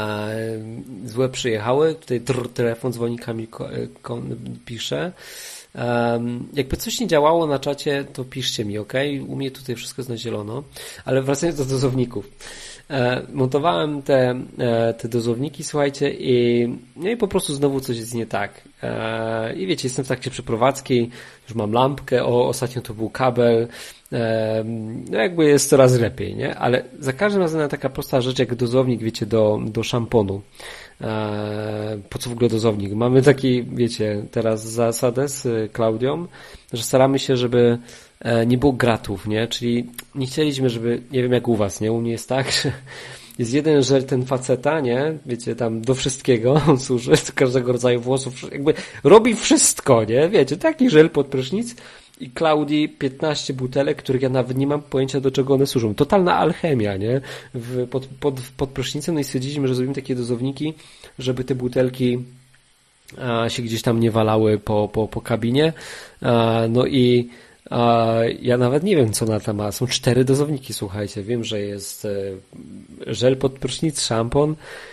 Tutaj telefon dzwoni, Kamil pisze, Jakby coś nie działało na czacie, to piszcie mi, ok? U mnie tutaj wszystko jest na zielono. Ale wracając do dozowników. Montowałem te dozowniki, słuchajcie, i po prostu znowu coś jest nie tak. I wiecie, jestem w trakcie przeprowadzki, już mam lampkę, ostatnio to był kabel, no jakby jest coraz lepiej, nie? Ale za każdym razem taka prosta rzecz jak dozownik, wiecie, do szamponu. Po co w ogóle dozownik? Mamy taki, wiecie, teraz zasadę z Klaudią, że staramy się, żeby nie było gratów, nie? Czyli nie chcieliśmy, żeby, nie wiem jak u was, nie? U mnie jest tak, że jest jeden żel ten faceta, nie? Wiecie, tam do wszystkiego on służy, do każdego rodzaju włosów, jakby robi wszystko, nie? Wiecie, taki żel pod prysznic i Klaudii 15 butelek, których ja nawet nie mam pojęcia, do czego one służą. Totalna alchemia, nie? Pod prysznicem, no i stwierdziliśmy, że zrobimy takie dozowniki, żeby te butelki się gdzieś tam nie walały po kabinie. No i ja nawet nie wiem, co na to ma. Są 4 dozowniki, słuchajcie. Wiem, że jest żel pod prysznic, szampon,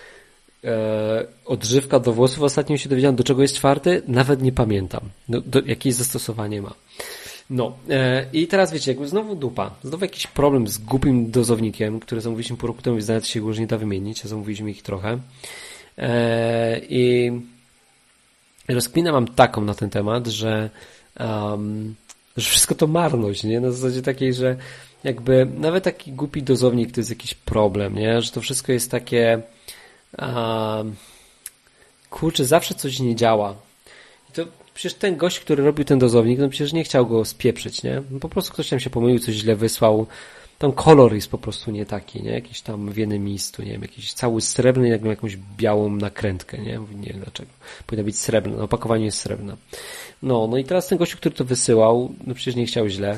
odżywka do włosów. Ostatnio się dowiedziałem, do czego jest 4. Nawet nie pamiętam. Jakieś zastosowanie ma. No. I teraz wiecie, jakby znowu dupa. Znowu jakiś problem z głupim dozownikiem, który zamówiliśmy po roku temu, więc nawet się go już nie da wymienić. A zamówiliśmy ich trochę. I rozkminę mam taką na ten temat, że wszystko to marność, nie? Na zasadzie takiej, że jakby nawet taki głupi dozownik to jest jakiś problem, nie? Że to wszystko jest takie kurczę, zawsze coś nie działa. I to przecież ten gość, który robił ten dozownik, no przecież nie chciał go spieprzyć, nie? No po prostu ktoś tam się pomylił, coś źle wysłał. Tam kolor jest po prostu nie taki, nie? Jakiś tam w jednym miejscu, nie wiem, jakiś cały srebrny, jak jakąś białą nakrętkę, nie? Nie wiem dlaczego. Powinna być srebrna, na opakowaniu jest srebrna. No i teraz ten gościu, który to wysyłał, no przecież nie chciał źle.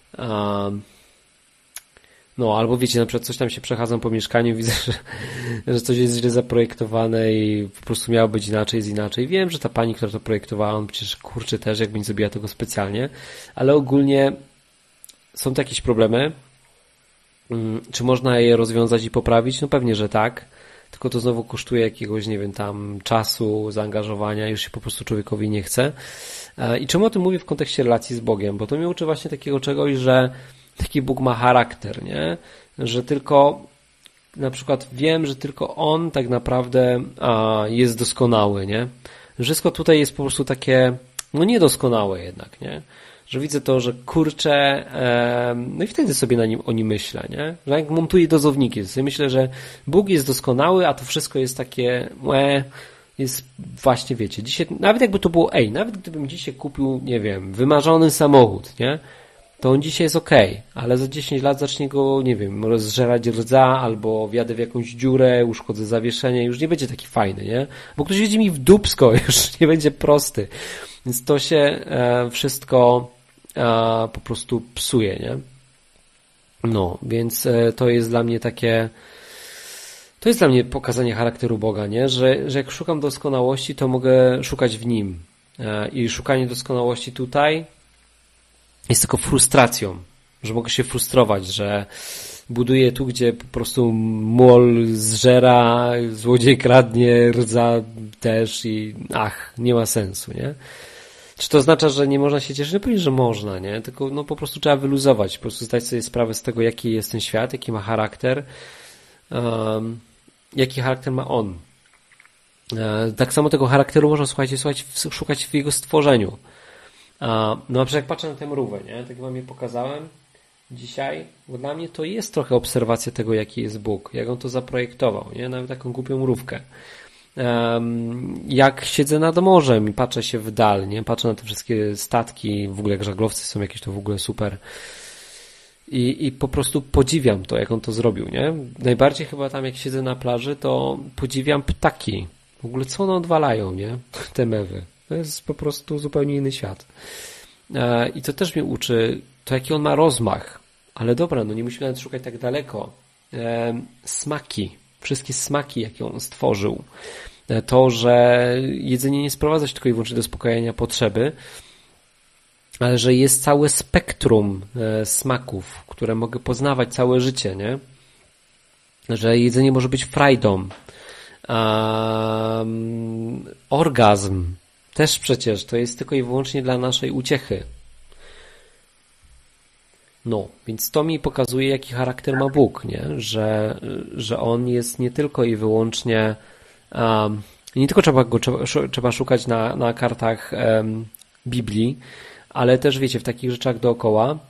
No, albo wiecie, na przykład coś tam się przechadzam po mieszkaniu, widzę, że coś jest źle zaprojektowane i po prostu miało być inaczej, jest inaczej. Wiem, że ta pani, która to projektowała, on przecież kurczę też, jakby nie zrobiła tego specjalnie, ale ogólnie są to jakieś problemy. Czy można je rozwiązać i poprawić? No pewnie, że tak. Tylko to znowu kosztuje jakiegoś, nie wiem, tam czasu, zaangażowania, już się po prostu człowiekowi nie chce. I czemu o tym mówię w kontekście relacji z Bogiem? Bo to mnie uczy właśnie takiego czegoś, że taki Bóg ma charakter, nie? Że tylko na przykład wiem, że tylko On tak naprawdę jest doskonały, nie? Wszystko tutaj jest po prostu takie, no niedoskonałe jednak, nie? Że widzę to, że kurczę, no i wtedy sobie o nim myślę, nie? Że jak montuję dozowniki, to sobie myślę, że Bóg jest doskonały, a to wszystko jest takie, jest właśnie, wiecie, dzisiaj, nawet jakby to było, nawet gdybym dzisiaj kupił, nie wiem, wymarzony samochód, nie? To on dzisiaj jest okej, ale za 10 lat zacznie go, nie wiem, rozżerać rdza, albo wjadę w jakąś dziurę, uszkodzę zawieszenie, już nie będzie taki fajny, nie? Bo ktoś wiedzie mi w dupsko, już nie będzie prosty. Więc to się wszystko po prostu psuje, nie? No, więc to jest dla mnie takie, to jest dla mnie pokazanie charakteru Boga, nie? Że jak szukam doskonałości, to mogę szukać w Nim. I szukanie doskonałości tutaj jest tylko frustracją, że mogę się frustrować, że buduję tu, gdzie po prostu mol zżera, złodziej kradnie, rdza też i nie ma sensu, nie? Czy to oznacza, że nie można się cieszyć? No pewnie, że można, nie? Tylko no po prostu trzeba wyluzować, po prostu zdać sobie sprawę z tego, jaki jest ten świat, jaki ma charakter, jaki charakter ma on. Tak samo tego charakteru można, słuchajcie, szukać w jego stworzeniu. No na przykład jak patrzę na tę mrówę, nie? Tak wam je pokazałem dzisiaj, bo dla mnie to jest trochę obserwacja tego, jaki jest Bóg, jak on to zaprojektował, nie? Nawet taką głupią mrówkę. Jak siedzę nad morzem i patrzę się w dal, nie? Patrzę na te wszystkie statki, w ogóle jak żaglowcy są jakieś, to w ogóle super. I po prostu podziwiam to, jak on to zrobił, nie? Najbardziej chyba tam, jak siedzę na plaży, to podziwiam ptaki. W ogóle co one odwalają, nie? Te mewy. To jest po prostu zupełnie inny świat. I to też mnie uczy, to jaki on ma rozmach. Ale dobra, no nie musimy nawet szukać tak daleko. Smaki. Wszystkie smaki, jakie on stworzył. To, że jedzenie nie sprowadza się tylko i wyłącznie do zaspokajania potrzeby, ale że jest całe spektrum smaków, które mogę poznawać całe życie, nie? Że jedzenie może być frajdą. Orgazm też przecież to jest tylko i wyłącznie dla naszej uciechy. No, więc to mi pokazuje, jaki charakter ma Bóg, nie? Że On jest nie tylko i wyłącznie nie tylko trzeba szukać na kartach Biblii, ale też wiecie, w takich rzeczach dookoła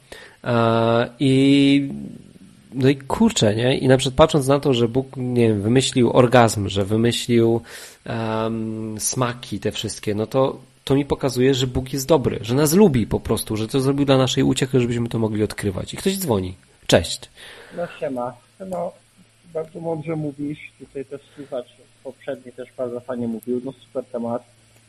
no i kurczę, nie? I na przykład patrząc na to, że Bóg, nie wiem, wymyślił orgazm, że wymyślił smaki te wszystkie, no to mi pokazuje, że Bóg jest dobry, że nas lubi po prostu, że to zrobił dla naszej uciechy, żebyśmy to mogli odkrywać. I ktoś dzwoni. Cześć. No siema. No, bardzo mądrze mówisz. Tutaj też słuchacz poprzedni też bardzo fajnie mówił. No super temat.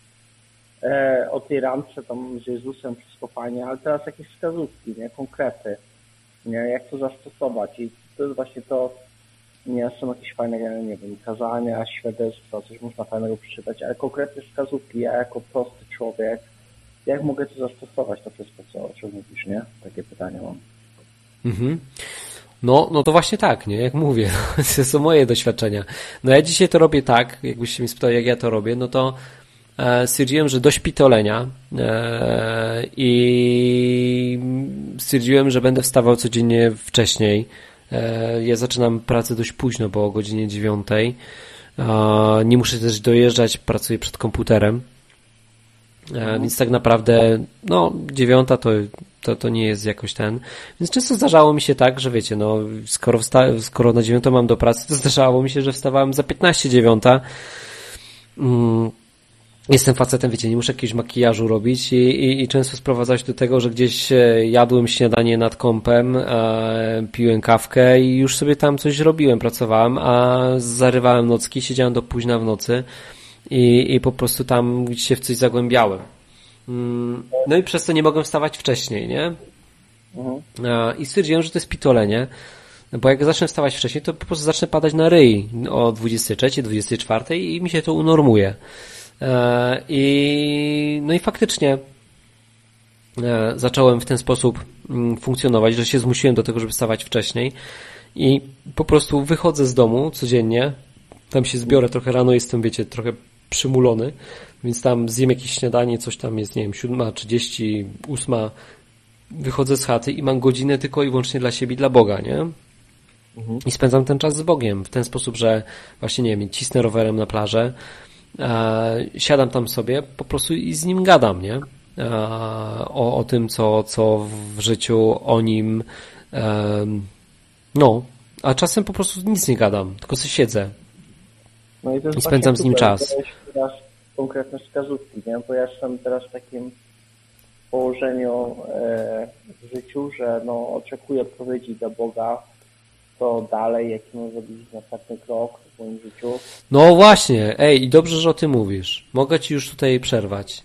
O tej randce tam z Jezusem, wszystko fajnie, ale teraz jakieś wskazówki, nie? Konkrety. Nie? Jak to zastosować? I to jest właśnie to, nie są jakieś fajne, nie wiem, kazania, świadectwa, coś można fajnego przeczytać, ale konkretne wskazówki, ja jako prosty człowiek, jak mogę to zastosować, to wszystko, o czym mówisz, nie? Takie pytanie mam. Mhm. No to właśnie tak, nie? Jak mówię, to są moje doświadczenia. No ja dzisiaj to robię tak, jakbyście mi spytali, jak ja to robię, no to stwierdziłem, że do szpitolenia i stwierdziłem, że będę wstawał codziennie wcześniej. Ja zaczynam pracę dość późno, bo o godzinie 9. Nie muszę też dojeżdżać, pracuję przed komputerem. Więc tak naprawdę 9 to nie jest jakoś ten. Więc często zdarzało mi się tak, że wiecie, no skoro na 9 mam do pracy, to zdarzało mi się, że wstawałem za 15:09. Jestem facetem, wiecie, nie muszę jakiegoś makijażu robić i często sprowadzało się do tego, że gdzieś jadłem śniadanie nad kąpem, piłem kawkę i już sobie tam coś robiłem, pracowałem, a zarywałem nocki, siedziałem do późna w nocy i po prostu tam się w coś zagłębiałem. No i przez to nie mogłem wstawać wcześniej, nie? I stwierdziłem, że to jest pitolenie, bo jak zacznę wstawać wcześniej, to po prostu zacznę padać na ryj o 23, 24 i mi się to unormuje. No i faktycznie zacząłem w ten sposób funkcjonować, że się zmusiłem do tego, żeby wstawać wcześniej i po prostu wychodzę z domu codziennie, tam się zbiorę trochę rano, jestem, wiecie, trochę przymulony, więc tam zjem jakieś śniadanie, coś tam jest, nie wiem, 7:30, 8, wychodzę z chaty i mam godzinę tylko i wyłącznie dla siebie, dla Boga, nie? I spędzam ten czas z Bogiem w ten sposób, że właśnie, nie wiem, cisnę rowerem na plażę, siadam tam sobie po prostu i z nim gadam, nie? O tym, co w życiu, o nim, a czasem po prostu nic nie gadam, tylko sobie siedzę i spędzam z nim czas. Teraz konkretne wskazówki, nie? Bo ja jestem teraz w takim położeniu w życiu, że oczekuję odpowiedzi do Boga, co dalej, jaki mam zrobić następny krok w moim życiu. No właśnie, i dobrze, że o tym mówisz. Mogę ci już tutaj przerwać.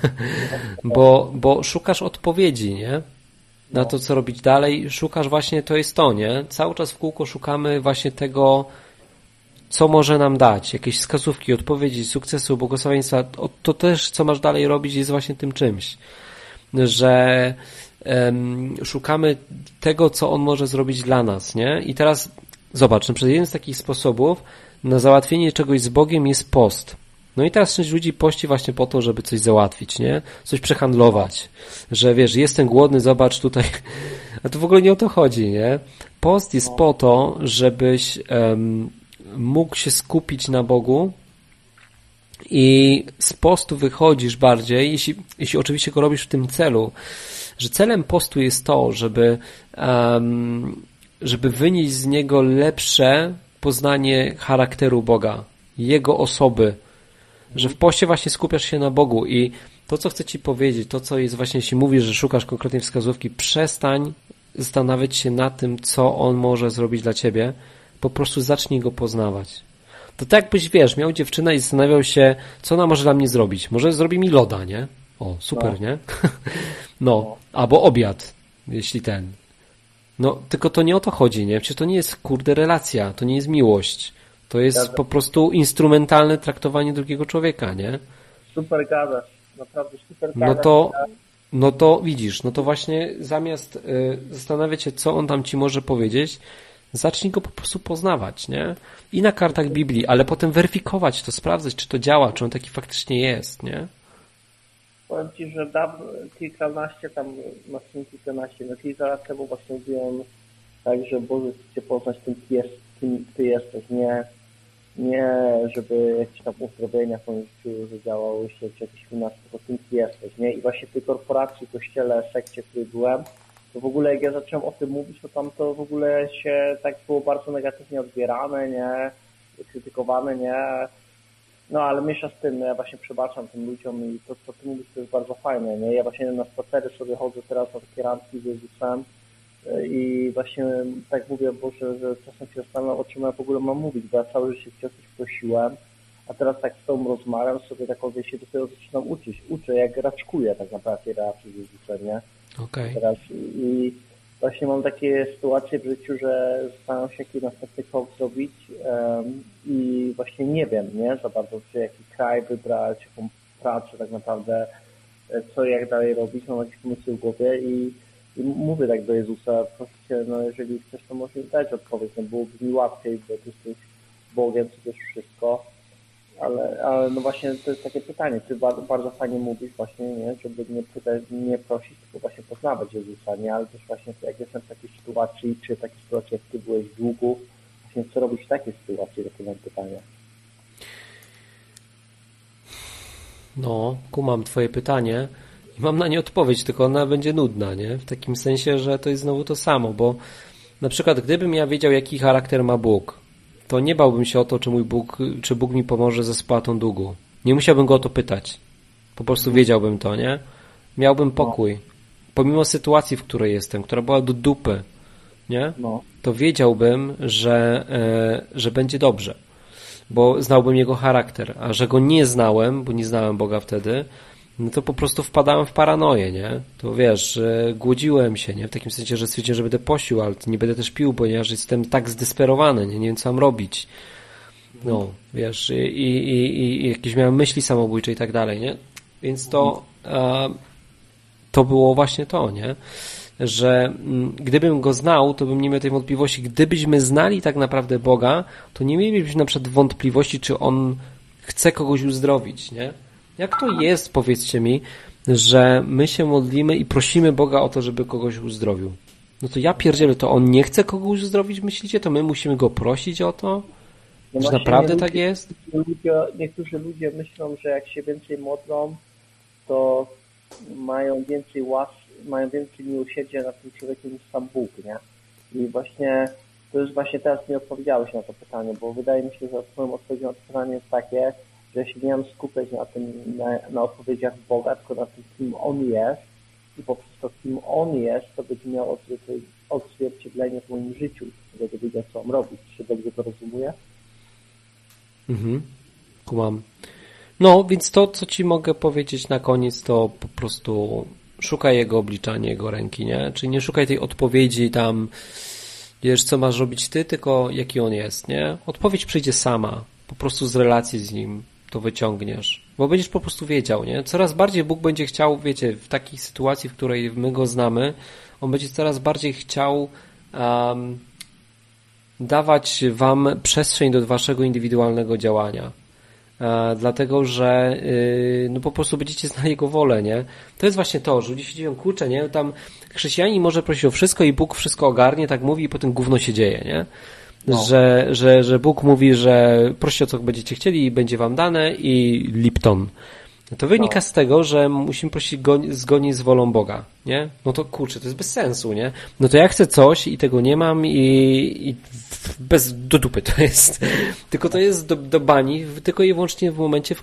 bo szukasz odpowiedzi, nie? Na to, co robić dalej. Szukasz właśnie, to jest to, nie? Cały czas w kółko szukamy właśnie tego, co może nam dać. Jakieś wskazówki, odpowiedzi, sukcesu, błogosławieństwa. To też, co masz dalej robić, jest właśnie tym czymś. Że szukamy tego, co on może zrobić dla nas, nie? I teraz zobacz, na przykład jeden z takich sposobów na załatwienie czegoś z Bogiem jest post. No i teraz część ludzi pości właśnie po to, żeby coś załatwić, nie? Coś przehandlować. Że wiesz, jestem głodny, zobacz tutaj. A to w ogóle nie o to chodzi, nie? Post jest po to, żebyś mógł się skupić na Bogu i z postu wychodzisz bardziej, jeśli oczywiście go robisz w tym celu, że celem postu jest to, żeby wynieść z niego lepsze poznanie charakteru Boga, Jego osoby, że w poście właśnie skupiasz się na Bogu i to, co chcę ci powiedzieć, to, co jest właśnie, jeśli mówisz, że szukasz konkretnej wskazówki, przestań zastanawiać się nad tym, co On może zrobić dla ciebie, po prostu zacznij Go poznawać. To tak jakbyś, wiesz, miał dziewczynę i zastanawiał się, co ona może dla mnie zrobić. Może zrobi mi loda, nie? O, super, nie? Albo obiad, jeśli ten. Tylko to nie o to chodzi, nie? Przecież to nie jest, relacja, to nie jest miłość. To jest po prostu instrumentalne traktowanie drugiego człowieka, nie? Super gadasz, naprawdę super gadasz. No to widzisz, no to właśnie zamiast zastanawiać się, co on tam ci może powiedzieć, zacznij go po prostu poznawać, nie? I na kartach Biblii, ale potem weryfikować to, sprawdzać, czy to działa, czy on taki faktycznie jest, nie? powiem Ci, że kilkanaście, tam maksimum kilkanaście, no kilka lat temu właśnie mówiłem tak, że Boże, chcę Cię poznać kim Ty jesteś, nie żeby jakieś tam uzdrowienia w moim życiu, że działały się, czy jakieś finanse, tylko kim Ty jesteś, nie? I właśnie w tej korporacji, kościele, sekcie, w której byłem, to w ogóle jak ja zacząłem o tym mówić, to tam to w ogóle się tak było bardzo negatywnie odbierane, nie? Krytykowane, nie? No ale mniejsza z tym, ja właśnie przebaczam tym ludziom i to, co Ty mówisz, to jest bardzo fajne, nie? Ja właśnie na spacery sobie chodzę teraz na takie randki z Jezusem i właśnie tak mówię, Boże, że czasem się zastanawiam, o czym ja w ogóle mam mówić, bo ja całe życie Cię coś prosiłem, a teraz tak z Tobą rozmawiam sobie, tak się dopiero zaczynam uczę, jak raczkuję tak naprawdę tej relacji z Jezusem, nie? Okay. Teraz i właśnie mam takie sytuacje w życiu, że zastanawiam się, jaki następny krok zrobić i właśnie nie wiem, nie? Za bardzo, czy jaki kraj wybrać, jaką pracę tak naprawdę, co jak dalej robić, mam jakieś pomysły w głowie i mówię tak do Jezusa, proszę Cię, no jeżeli chcesz, to może mi dać odpowiedź, no byłoby mi łatwiej, bo Ty jesteś Bogiem, Ty wiesz wszystko, ale no właśnie to jest takie pytanie, Ty bardzo fajnie mówisz właśnie, nie, żeby nie prosić, tylko właśnie poznawać Jezusa, nie, ale też właśnie jak jestem w takiej sytuacji, czy takiej sytuacji, jak Ty byłeś w długu, właśnie co robić w takiej sytuacji, takie mam pytanie. No, kumam Twoje pytanie i mam na nie odpowiedź, tylko ona będzie nudna, nie? W takim sensie, że to jest znowu to samo, bo na przykład gdybym ja wiedział, jaki charakter ma Bóg, to nie bałbym się o to, czy Bóg mi pomoże ze spłatą długu. Nie musiałbym go o to pytać. Po prostu wiedziałbym to, nie? Miałbym pokój. Pomimo sytuacji, w której jestem, która była do dupy, nie? To wiedziałbym, że będzie dobrze. Bo znałbym jego charakter. A że go nie znałem, bo nie znałem Boga wtedy, no to po prostu wpadałem w paranoję, nie? To wiesz, głodziłem się, nie? W takim sensie, że stwierdziłem, że będę pościł, ale nie będę też pił, ponieważ jestem tak zdesperowany, nie wiem, co mam robić. No, wiesz, i jakieś miałem myśli samobójcze i tak dalej, nie? Więc to było właśnie to, nie? Że gdybym go znał, to bym nie miał tej wątpliwości. Gdybyśmy znali tak naprawdę Boga, to nie mielibyśmy na przykład wątpliwości, czy On chce kogoś uzdrowić, nie? Jak to jest, powiedzcie mi, że my się modlimy i prosimy Boga o to, żeby kogoś uzdrowił? No to ja pierdzielę, to On nie chce kogoś uzdrowić, myślicie? To my musimy Go prosić o to? No czy naprawdę tak jest? Niektórzy ludzie myślą, że jak się więcej modlą, to mają więcej mają więcej miłosierdzia nad tym człowiekiem niż sam Bóg, nie? I właśnie to jest właśnie teraz nie odpowiedziałeś na to pytanie, bo wydaje mi się, że twoją odpowiedzią na to pytanie jest takie, że ja się nie mam skupiać na tym, na odpowiedziach Boga, tylko na tym, kim On jest i poprzez to, kim On jest, to będzie miał odzwierciedlenie w moim życiu, żeby wiedzieć, co mam robić. Czy dobrze to rozumuję? Kumam. No, więc to, co Ci mogę powiedzieć na koniec, to po prostu szukaj Jego oblicza, nie Jego ręki, nie? Czyli nie szukaj tej odpowiedzi tam, wiesz, co masz robić Ty, tylko jaki On jest, nie? Odpowiedź przyjdzie sama, po prostu z relacji z Nim to wyciągniesz, bo będziesz po prostu wiedział, nie? Coraz bardziej Bóg będzie chciał, wiecie, w takiej sytuacji, w której my Go znamy, On będzie coraz bardziej chciał dawać Wam przestrzeń do Waszego indywidualnego działania. Dlatego, że no po prostu będziecie znali Jego wolę, nie? To jest właśnie to, że ludzie się dzieją, kurczę, nie? Tam chrześcijanin może prosić o wszystko i Bóg wszystko ogarnie, tak mówi i potem gówno się dzieje, nie? No. Że Bóg mówi, że proście o co będziecie chcieli i będzie wam dane i Lipton. To wynika z tego, że musimy prosić zgodnie z wolą Boga, nie? No to kurczę, to jest bez sensu, nie? No to ja chcę coś i tego nie mam i bez do dupy to jest. Tylko to jest do bani, tylko i wyłącznie w momencie, w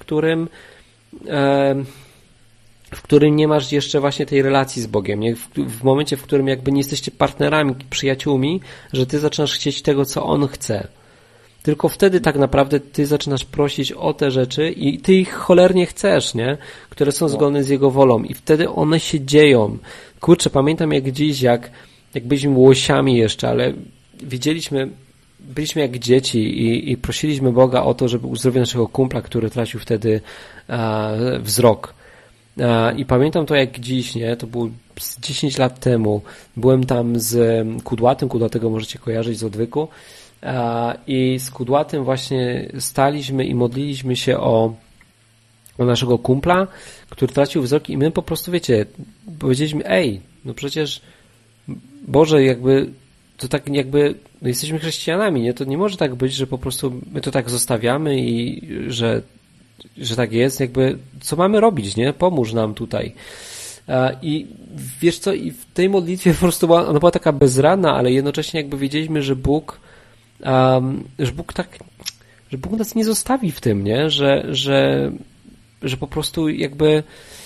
którym nie masz jeszcze właśnie tej relacji z Bogiem, nie? W momencie, w którym jakby nie jesteście partnerami, przyjaciółmi, że ty zaczynasz chcieć tego, co On chce. Tylko wtedy tak naprawdę ty zaczynasz prosić o te rzeczy i ty ich cholernie chcesz, nie? Które są zgodne z Jego wolą i wtedy one się dzieją. Kurczę, pamiętam jak dziś, jak byliśmy łosiami jeszcze, ale byliśmy jak dzieci i prosiliśmy Boga o to, żeby uzdrowił naszego kumpla, który tracił wtedy wzrok. I pamiętam to jak dziś, nie? To było 10 lat temu. Byłem tam z Kudłatego możecie kojarzyć z odwyku. I z Kudłatym właśnie staliśmy i modliliśmy się o o naszego kumpla, który tracił wzrok i my po prostu, wiecie, powiedzieliśmy, no przecież Boże, jakby to tak jakby, no jesteśmy chrześcijanami, nie? To nie może tak być, że po prostu my to tak zostawiamy i że tak jest, jakby co mamy robić, nie? Pomóż nam tutaj. I wiesz co, i w tej modlitwie po prostu ona była taka bezradna, ale jednocześnie jakby wiedzieliśmy, że Bóg nas nie zostawi w tym, nie? Że po prostu jakby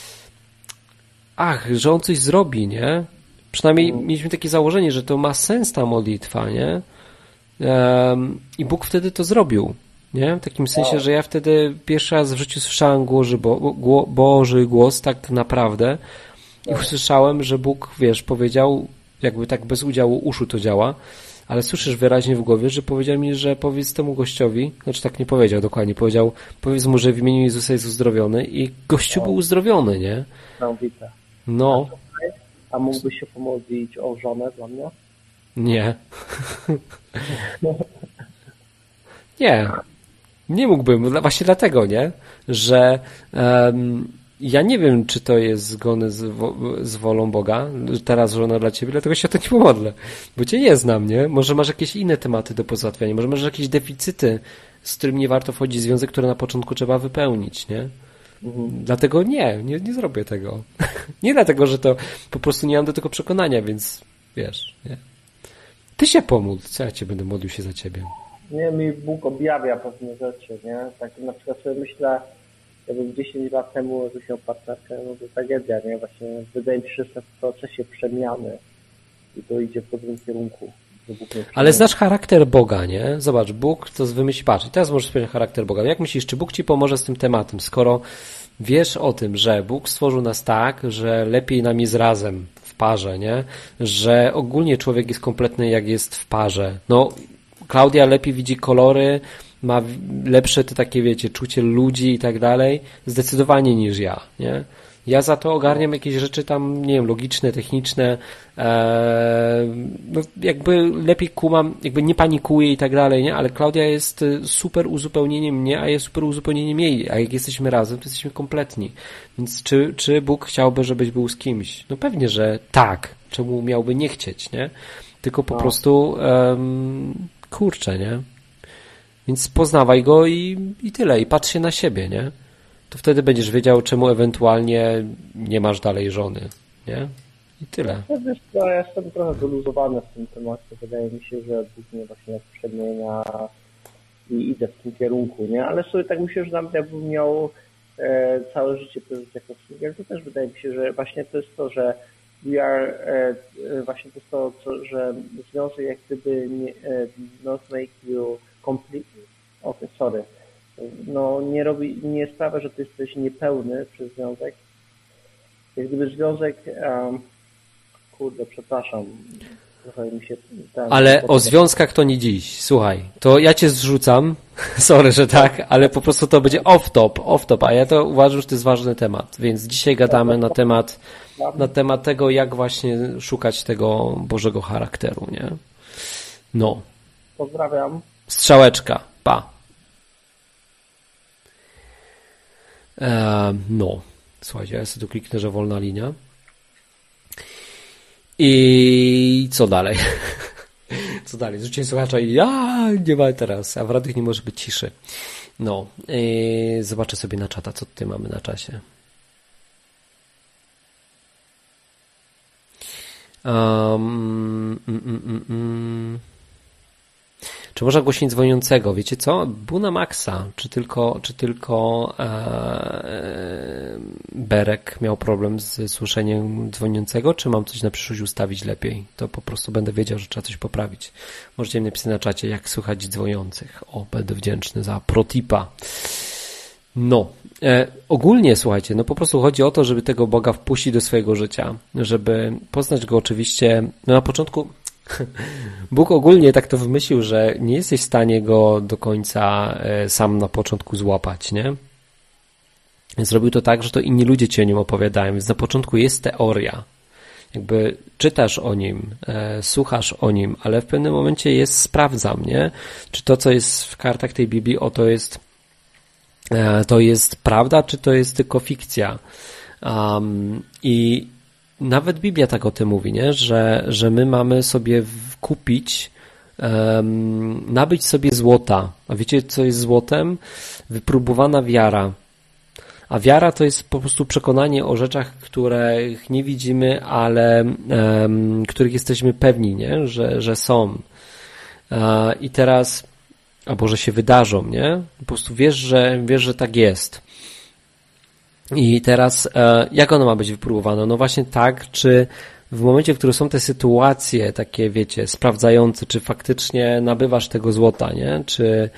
że On coś zrobi, nie? Przynajmniej mieliśmy takie założenie, że to ma sens ta modlitwa, nie? I Bóg wtedy to zrobił, nie? W takim sensie, że ja wtedy pierwszy raz w życiu słyszałem Boży głos tak naprawdę i usłyszałem, że Bóg, wiesz, powiedział, jakby tak bez udziału uszu to działa, ale słyszysz wyraźnie w głowie, że powiedział mi, że powiedz temu gościowi, znaczy tak nie powiedział dokładnie, powiedział, powiedz mu, że w imieniu Jezusa jest uzdrowiony i gościu był uzdrowiony, nie? No. A mógłbyś się pomodlić o żonę dla mnie? Nie. Nie mógłbym, właśnie dlatego, nie? Że ja nie wiem, czy to jest zgodne z wolą Boga, teraz żona dla ciebie, dlatego się o to nie pomodlę, bo cię nie znam, nie? Może masz jakieś inne tematy do pozałatwiania, może masz jakieś deficyty, z którymi nie warto wchodzić w związek, które na początku trzeba wypełnić, nie? Dlatego nie zrobię tego. Nie dlatego, że to po prostu nie mam do tego przekonania, więc wiesz, nie? Ty się pomódl, co ja cię będę modlił się za ciebie? Nie, mi Bóg objawia pewne rzeczy, nie? Tak na przykład sobie myślę, jakbym 10 lat temu jakbyś miał partnerkę, no to tragedia, nie? Właśnie wydaje mi się, że jestem w procesie przemiany i to idzie w dobrym kierunku. Ale znasz charakter Boga, nie? Zobacz, Bóg to wymyśli, patrz, i teraz możesz powiedzieć charakter Boga. Jak myślisz, czy Bóg ci pomoże z tym tematem, skoro wiesz o tym, że Bóg stworzył nas tak, że lepiej nam jest razem, w parze, nie? Że ogólnie człowiek jest kompletny, jak jest w parze. No, Klaudia lepiej widzi kolory, ma lepsze te takie, wiecie, czucie ludzi i tak dalej, zdecydowanie niż ja, nie? Ja za to ogarniam jakieś rzeczy tam, nie wiem, logiczne, techniczne, no jakby lepiej kumam, jakby nie panikuję i tak dalej, nie? Ale Klaudia jest super uzupełnieniem mnie, a jest super uzupełnieniem jej, a jak jesteśmy razem, to jesteśmy kompletni. Więc czy Bóg chciałby, żebyś był z kimś? No pewnie, że tak. Czemu miałby nie chcieć, nie? Tylko po prostu kurczę, nie? Więc poznawaj go i tyle. I patrz się na siebie, nie? To wtedy będziesz wiedział, czemu ewentualnie nie masz dalej żony, nie? I tyle. Wiesz co, ja jestem trochę wyluzowany w tym temacie. Wydaje mi się, że Bóg mnie właśnie przemienia i idę w tym kierunku, nie? Ale sobie tak myślę, że nawet jakbym miał całe życie przeżyć jako singiel, to też wydaje mi się, że właśnie to jest to, że właśnie to jest to, że związek jak gdyby not make you complete. No nie sprawia, że ty jesteś niepełny przez związek. Jak gdyby związek, przepraszam, trochę mi się... Ale o związkach to nie dziś, słuchaj, to ja cię zrzucam, sorry, że tak, ale po prostu to będzie off-top, a ja to uważam, że to jest ważny temat, więc dzisiaj gadamy na temat tego, jak właśnie szukać tego Bożego charakteru, nie? No. Pozdrawiam. Strzałeczka, pa. No, słuchajcie, ja sobie tu kliknę, że wolna linia. I co dalej? Co dalej? Zrzuciłem słuchacza i nie ma teraz, a w radiach nie może być ciszy. No, zobaczę sobie na czata, co tutaj mamy na czasie. Czy można głośniej dzwoniącego? Wiecie co? Był na maksa. Czy tylko Berek miał problem z słyszeniem dzwoniącego? Czy mam coś na przyszłość ustawić lepiej? To po prostu będę wiedział, że trzeba coś poprawić. Możecie mi napisać na czacie, jak słychać dzwoniących. O, będę wdzięczny za protipa. No, ogólnie słuchajcie, no po prostu chodzi o to, żeby tego Boga wpuścić do swojego życia, żeby poznać Go oczywiście, no na początku Bóg ogólnie tak to wymyślił, że nie jesteś w stanie Go do końca sam na początku złapać, nie? Zrobił to tak, że to inni ludzie ci o nim opowiadają, więc na początku jest teoria, jakby czytasz o nim, słuchasz o nim, ale w pewnym momencie sprawdzam, nie? Czy to, co jest w kartach tej Biblii, to jest to jest prawda, czy to jest tylko fikcja. I nawet Biblia tak o tym mówi, nie? Że my mamy sobie kupić, nabyć sobie złota. A wiecie, co jest złotem? Wypróbowana wiara. A wiara to jest po prostu przekonanie o rzeczach, których nie widzimy, ale których jesteśmy pewni, nie? Że są. I teraz, albo że się wydarzą, nie? Po prostu wiesz, że tak jest. I teraz, jak ona ma być wypróbowana? No właśnie tak, czy w momencie, w którym są te sytuacje takie, wiecie, sprawdzające, czy faktycznie nabywasz tego złota, nie? Czy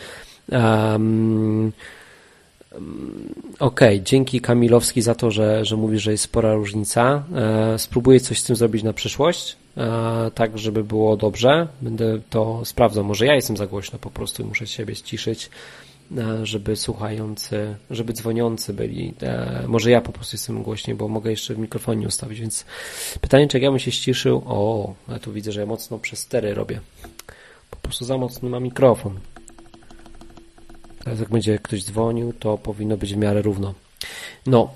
okej, dzięki Kamilowski za to, że mówi, że jest spora różnica. Spróbuję coś z tym zrobić na przyszłość, tak, żeby było dobrze. Będę to sprawdzał. Może ja jestem za głośno po prostu i muszę siebie ściszyć, żeby słuchający, żeby dzwoniący byli. Może ja po prostu jestem głośniej, bo mogę jeszcze w mikrofonie ustawić, więc pytanie, czy jak ja bym się ściszył? Ja tu widzę, że ja mocno przez stery robię. Po prostu za mocny ma mikrofon. Teraz jak będzie ktoś dzwonił, to powinno być w miarę równo. No,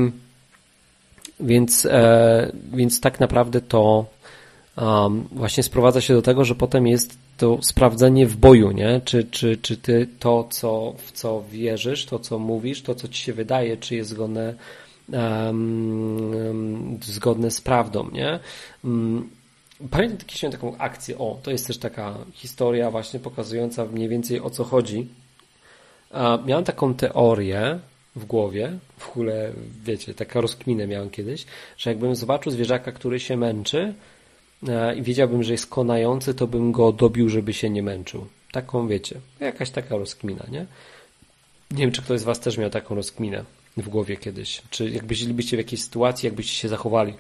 więc tak naprawdę to właśnie sprowadza się do tego, że potem jest to sprawdzenie w boju, nie? Czy ty to, w co wierzysz, to, co mówisz, to, co ci się wydaje, czy jest zgodne z prawdą, nie? Pamiętam kiedyś taką akcję, to jest też taka historia właśnie pokazująca mniej więcej o co chodzi. Miałem taką teorię w głowie, w ogóle, wiecie, taka rozkminę miałem kiedyś, że jakbym zobaczył zwierzaka, który się męczy i wiedziałbym, że jest konający, to bym go dobił, żeby się nie męczył. Taką, wiecie, jakaś taka rozkmina, nie? Nie wiem, czy ktoś z was też miał taką rozkminę w głowie kiedyś, czy jakbyście w jakiejś sytuacji, jakbyście się zachowali.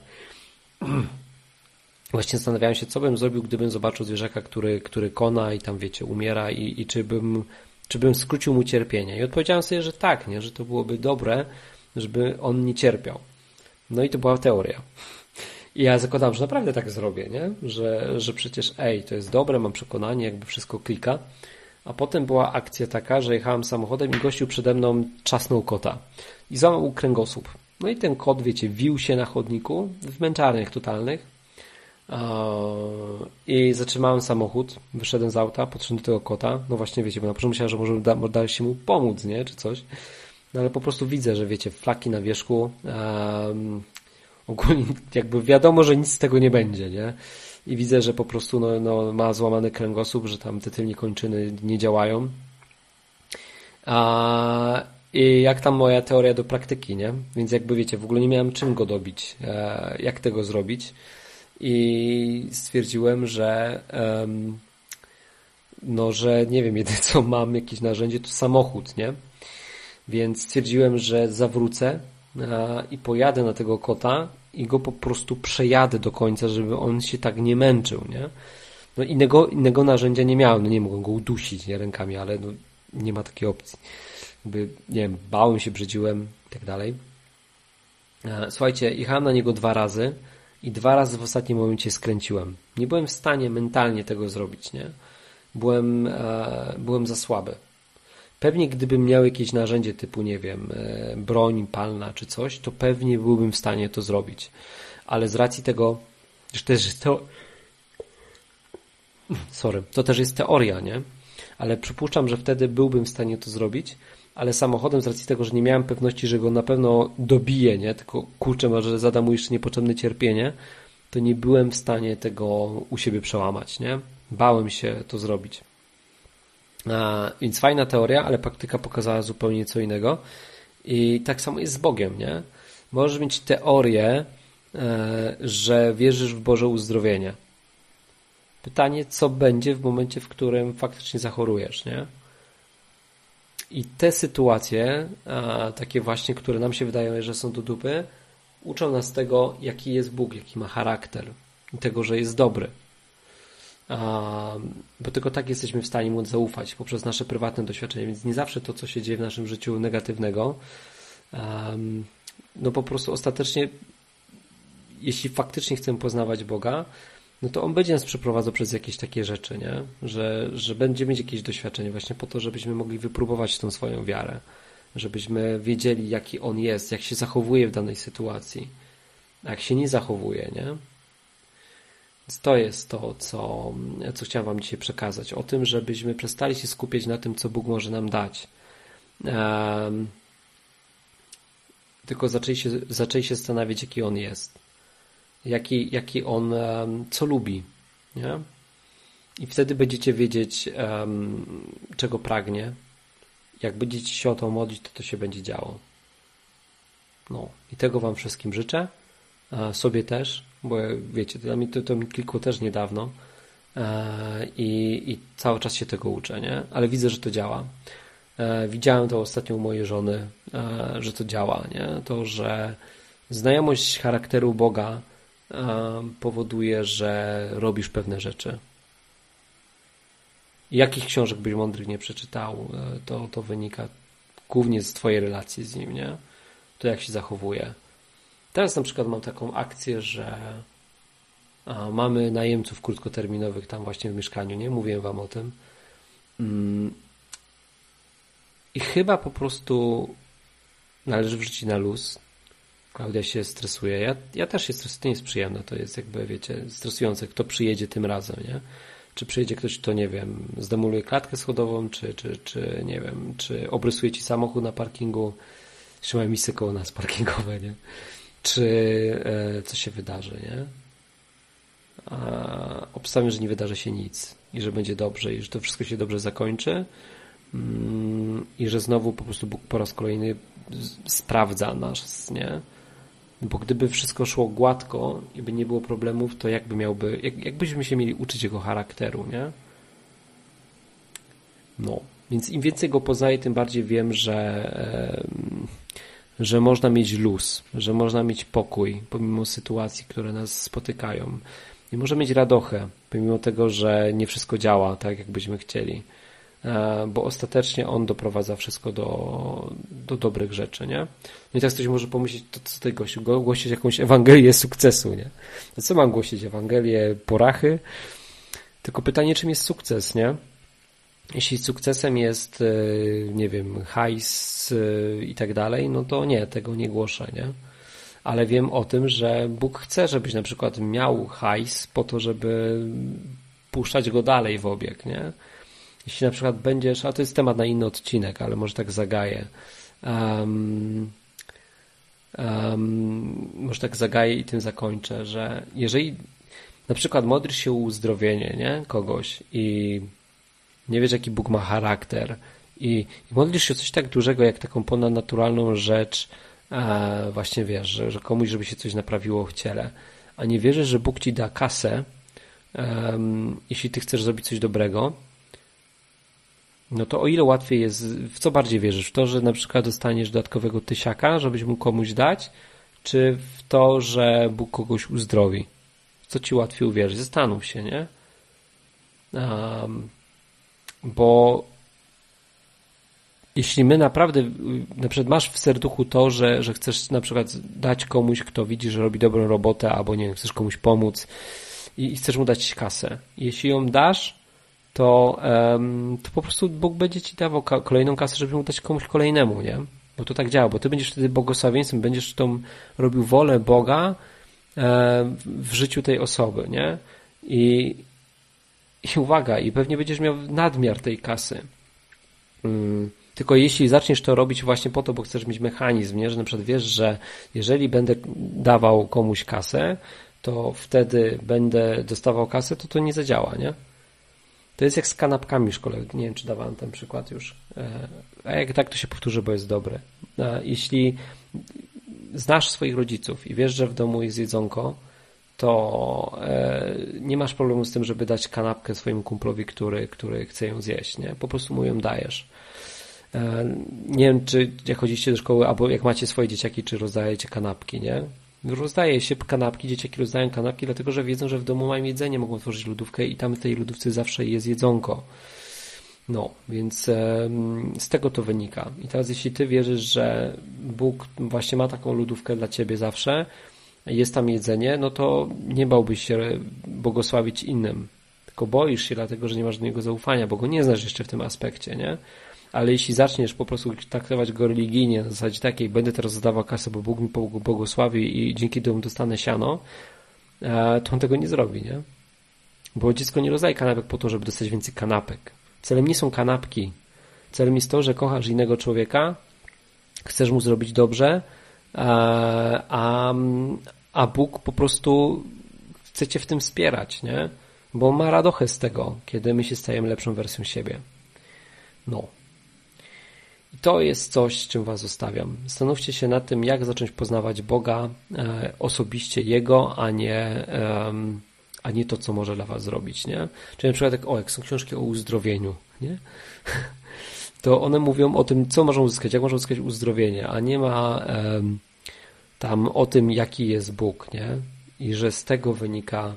Właśnie zastanawiałem się, co bym zrobił, gdybym zobaczył zwierzaka, który kona i tam, wiecie, umiera i czy bym skrócił mu cierpienie. I odpowiedziałem sobie, że tak, nie, że to byłoby dobre, żeby on nie cierpiał. No i to była teoria. I ja zakładam, że naprawdę tak zrobię, nie? Że przecież to jest dobre, mam przekonanie, jakby wszystko klika. A potem była akcja taka, że jechałem samochodem i gościu przede mną trzasnął kota. I złamał kręgosłup. No i ten kot, wiecie, wił się na chodniku w męczarniach totalnych. I zatrzymałem samochód, wyszedłem z auta, podszedłem do tego kota, no właśnie wiecie, bo na początku myślałem, że może da się mu pomóc, nie, czy coś, no ale po prostu widzę, że wiecie, flaki na wierzchu, ogólnie jakby wiadomo, że nic z tego nie będzie, nie, i widzę, że po prostu no, ma złamany kręgosłup, że tam te tylnie kończyny nie działają, i jak tam moja teoria do praktyki, nie, więc jakby wiecie, w ogóle nie miałem czym go dobić, jak tego zrobić. I stwierdziłem, że że nie wiem, jedyne co mam, jakieś narzędzie, to samochód, nie? Więc stwierdziłem, że zawrócę i pojadę na tego kota i go po prostu przejadę do końca, żeby on się tak nie męczył, nie? No innego narzędzia nie miałem, no nie mogłem go udusić, nie, rękami, ale no, nie ma takiej opcji. Jakby, nie wiem, bałem się, brzydziłem i tak dalej. Słuchajcie, jechałem na niego 2 razy i 2 razy w ostatnim momencie skręciłem. Nie byłem w stanie mentalnie tego zrobić, nie? Byłem za słaby. Pewnie gdybym miał jakieś narzędzie typu, nie wiem, broń palna czy coś, to pewnie byłbym w stanie to zrobić. Ale z racji tego, że też jest to też jest teoria, nie? Ale przypuszczam, że wtedy byłbym w stanie to zrobić, ale samochodem z racji tego, że nie miałem pewności, że go na pewno dobiję, nie? Tylko kurczę, może zada mu jeszcze niepotrzebne cierpienie, to nie byłem w stanie tego u siebie przełamać, nie? Bałem się to zrobić. Więc fajna teoria, ale praktyka pokazała zupełnie co innego. I tak samo jest z Bogiem, nie? Możesz mieć teorię, że wierzysz w Boże uzdrowienie. Pytanie, co będzie w momencie, w którym faktycznie zachorujesz, nie? I te sytuacje, takie właśnie, które nam się wydają, że są do dupy, uczą nas tego, jaki jest Bóg, jaki ma charakter i tego, że jest dobry. Bo tylko tak jesteśmy w stanie mu zaufać poprzez nasze prywatne doświadczenie, więc nie zawsze to, co się dzieje w naszym życiu negatywnego, no po prostu ostatecznie, jeśli faktycznie chcemy poznawać Boga, no to On będzie nas przeprowadzał przez jakieś takie rzeczy, nie? Że będziemy mieć jakieś doświadczenie właśnie po to, żebyśmy mogli wypróbować tą swoją wiarę. żebyśmy wiedzieli, jaki on jest, jak się zachowuje w danej sytuacji, jak się nie zachowuje, nie? Więc to jest to, co chciałem wam dzisiaj przekazać. O tym, żebyśmy przestali się skupiać na tym, co Bóg może nam dać. Tylko zaczęli się zastanawiać, jaki on jest. Jaki on, co lubi. Nie? I wtedy będziecie wiedzieć, czego pragnie. Jak będziecie się o to modlić, to się będzie działo. No. I tego wam wszystkim życzę. Sobie też, bo wiecie, to mi klikło też niedawno i cały czas się tego uczę, nie? Ale widzę, że to działa. Widziałem to ostatnio u mojej żony, że to działa, nie? To, że znajomość charakteru Boga powoduje, że robisz pewne rzeczy. Jakich książek byś mądrych nie przeczytał, to wynika głównie z twojej relacji z nim, nie? To jak się zachowuje. Teraz na przykład mam taką akcję, że mamy najemców krótkoterminowych tam właśnie w mieszkaniu, nie? Mówiłem wam o tym. I chyba po prostu należy wrzucić na luz. Klaudia się stresuje. Ja też się stresuję. To nie jest przyjemne. To jest jakby, wiecie, stresujące. Kto przyjedzie tym razem, nie? Czy przyjedzie ktoś, kto, nie wiem, zdemoluje klatkę schodową, czy nie wiem, czy obrysuje ci samochód na parkingu, trzyma misy koło nas parkingowe, nie? Czy co się wydarzy, nie? Obstawiam, że nie wydarzy się nic i że będzie dobrze i że to wszystko się dobrze zakończy i że znowu po prostu Bóg po raz kolejny sprawdza nas, nie? Bo gdyby wszystko szło gładko i by nie było problemów, to jakbyśmy się mieli uczyć jego charakteru, nie? No, więc im więcej go poznaję, tym bardziej wiem, że można mieć luz, że można mieć pokój pomimo sytuacji, które nas spotykają. I można mieć radochę, pomimo tego, że nie wszystko działa tak, jak byśmy chcieli. Bo ostatecznie on doprowadza wszystko do dobrych rzeczy, nie? No i teraz ktoś może pomyśleć, to co ty gościu, głosić jakąś Ewangelię sukcesu, nie? No co mam głosić? Ewangelię porachy? Tylko pytanie, czym jest sukces, nie? Jeśli sukcesem jest, nie wiem, hajs i tak dalej, no to nie, tego nie głoszę, nie? Ale wiem o tym, że Bóg chce, żebyś na przykład miał hajs po to, żeby puszczać go dalej w obieg, nie? Jeśli na przykład będziesz, a to jest temat na inny odcinek, ale może tak zagaję. Może tak zagaję i tym zakończę, że jeżeli na przykład modlisz się o uzdrowienie, nie? Kogoś i nie wiesz, jaki Bóg ma charakter i modlisz się o coś tak dużego, jak taką ponadnaturalną rzecz, właśnie wiesz, że komuś, żeby się coś naprawiło w ciele, a nie wierzysz, że Bóg ci da kasę, jeśli ty chcesz zrobić coś dobrego, no to o ile łatwiej jest, w co bardziej wierzysz? W to, że na przykład dostaniesz dodatkowego tysiaka, żebyś mógł komuś dać, czy w to, że Bóg kogoś uzdrowi? W co ci łatwiej uwierzyć? Zastanów się, nie? Bo jeśli my naprawdę, na przykład masz w serduchu to, że chcesz na przykład dać komuś, kto widzi, że robi dobrą robotę, albo nie wiem, chcesz komuś pomóc i chcesz mu dać kasę. Jeśli ją dasz, to po prostu Bóg będzie ci dawał kolejną kasę, żeby mu dać komuś kolejnemu, nie? Bo to tak działa, bo ty będziesz wtedy błogosławieństwem, będziesz robił wolę Boga w życiu tej osoby, nie? I uwaga, i pewnie będziesz miał nadmiar tej kasy. Tylko jeśli zaczniesz to robić właśnie po to, bo chcesz mieć mechanizm, nie? Że na przykład wiesz, że jeżeli będę dawał komuś kasę, to wtedy będę dostawał kasę, to nie zadziała, nie? To jest jak z kanapkami w szkole. Nie wiem, czy dawałem ten przykład już. A jak tak, to się powtórzy, bo jest dobre. Jeśli znasz swoich rodziców i wiesz, że w domu jest jedzonko, to nie masz problemu z tym, żeby dać kanapkę swojemu kumplowi, który chce ją zjeść, nie? Po prostu mu ją dajesz. Nie wiem, czy jak chodzicie do szkoły, albo jak macie swoje dzieciaki, czy rozdajecie kanapki, nie? Rozdaje się kanapki, dzieciaki rozdają kanapki, dlatego że wiedzą, że w domu mają jedzenie, mogą otworzyć lodówkę i tam w tej lodówce zawsze jest jedzonko. No, więc z tego to wynika. I teraz jeśli ty wierzysz, że Bóg właśnie ma taką lodówkę dla ciebie zawsze, jest tam jedzenie, no to nie bałbyś się błogosławić innym. Tylko boisz się, dlatego że nie masz do niego zaufania, bo go nie znasz jeszcze w tym aspekcie, nie? ale jeśli zaczniesz po prostu traktować go religijnie, na zasadzie takiej, będę teraz zadawał kasę, bo Bóg mi błogosławi i dzięki temu dostanę siano, to on tego nie zrobi, nie? Bo dziecko nie rozdaje kanapek po to, żeby dostać więcej kanapek. Celem nie są kanapki. Celem jest to, że kochasz innego człowieka, chcesz mu zrobić dobrze, a Bóg po prostu chce cię w tym wspierać, nie? Bo ma radochę z tego, kiedy my się stajemy lepszą wersją siebie. No. I to jest coś, z czym was zostawiam. Zastanówcie się nad tym, jak zacząć poznawać Boga, osobiście Jego, a nie to, co może dla was zrobić, nie? Czyli na przykład jak są książki o uzdrowieniu, nie? To one mówią o tym, co można uzyskać, jak można uzyskać uzdrowienie, a nie ma tam o tym, jaki jest Bóg, nie? I że z tego wynika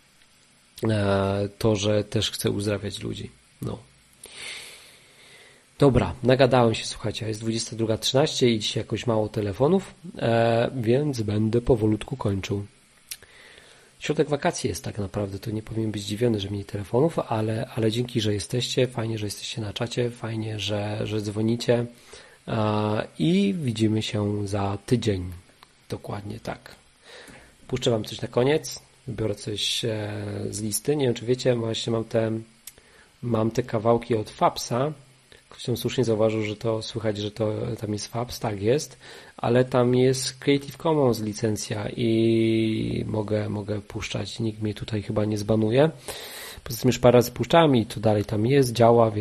to, że też chce uzdrawiać ludzi. No. Dobra, nagadałem się, słuchajcie, jest 22:13 i dzisiaj jakoś mało telefonów, więc będę powolutku kończył. Środek wakacji jest tak naprawdę, to nie powinien być zdziwiony, że mniej telefonów, ale dzięki, że jesteście, fajnie, że jesteście na czacie, fajnie, że dzwonicie i widzimy się za tydzień. Dokładnie tak. Puszczę wam coś na koniec, wybiorę coś z listy, nie wiem czy wiecie, właśnie mam te kawałki od Fabsa. Ktoś tam słusznie zauważył, że to słychać, że to tam jest Fabs, tak jest, ale tam jest Creative Commons licencja i mogę puszczać, nikt mnie tutaj chyba nie zbanuje. Poza tym już parę razy puszczałem i to dalej tam jest, działa,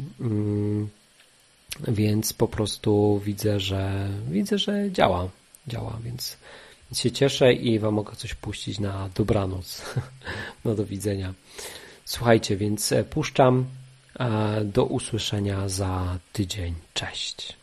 więc po prostu widzę, że działa, więc się cieszę i wam mogę coś puścić na dobranoc. No do widzenia. Słuchajcie, więc puszczam. Do usłyszenia za tydzień. Cześć.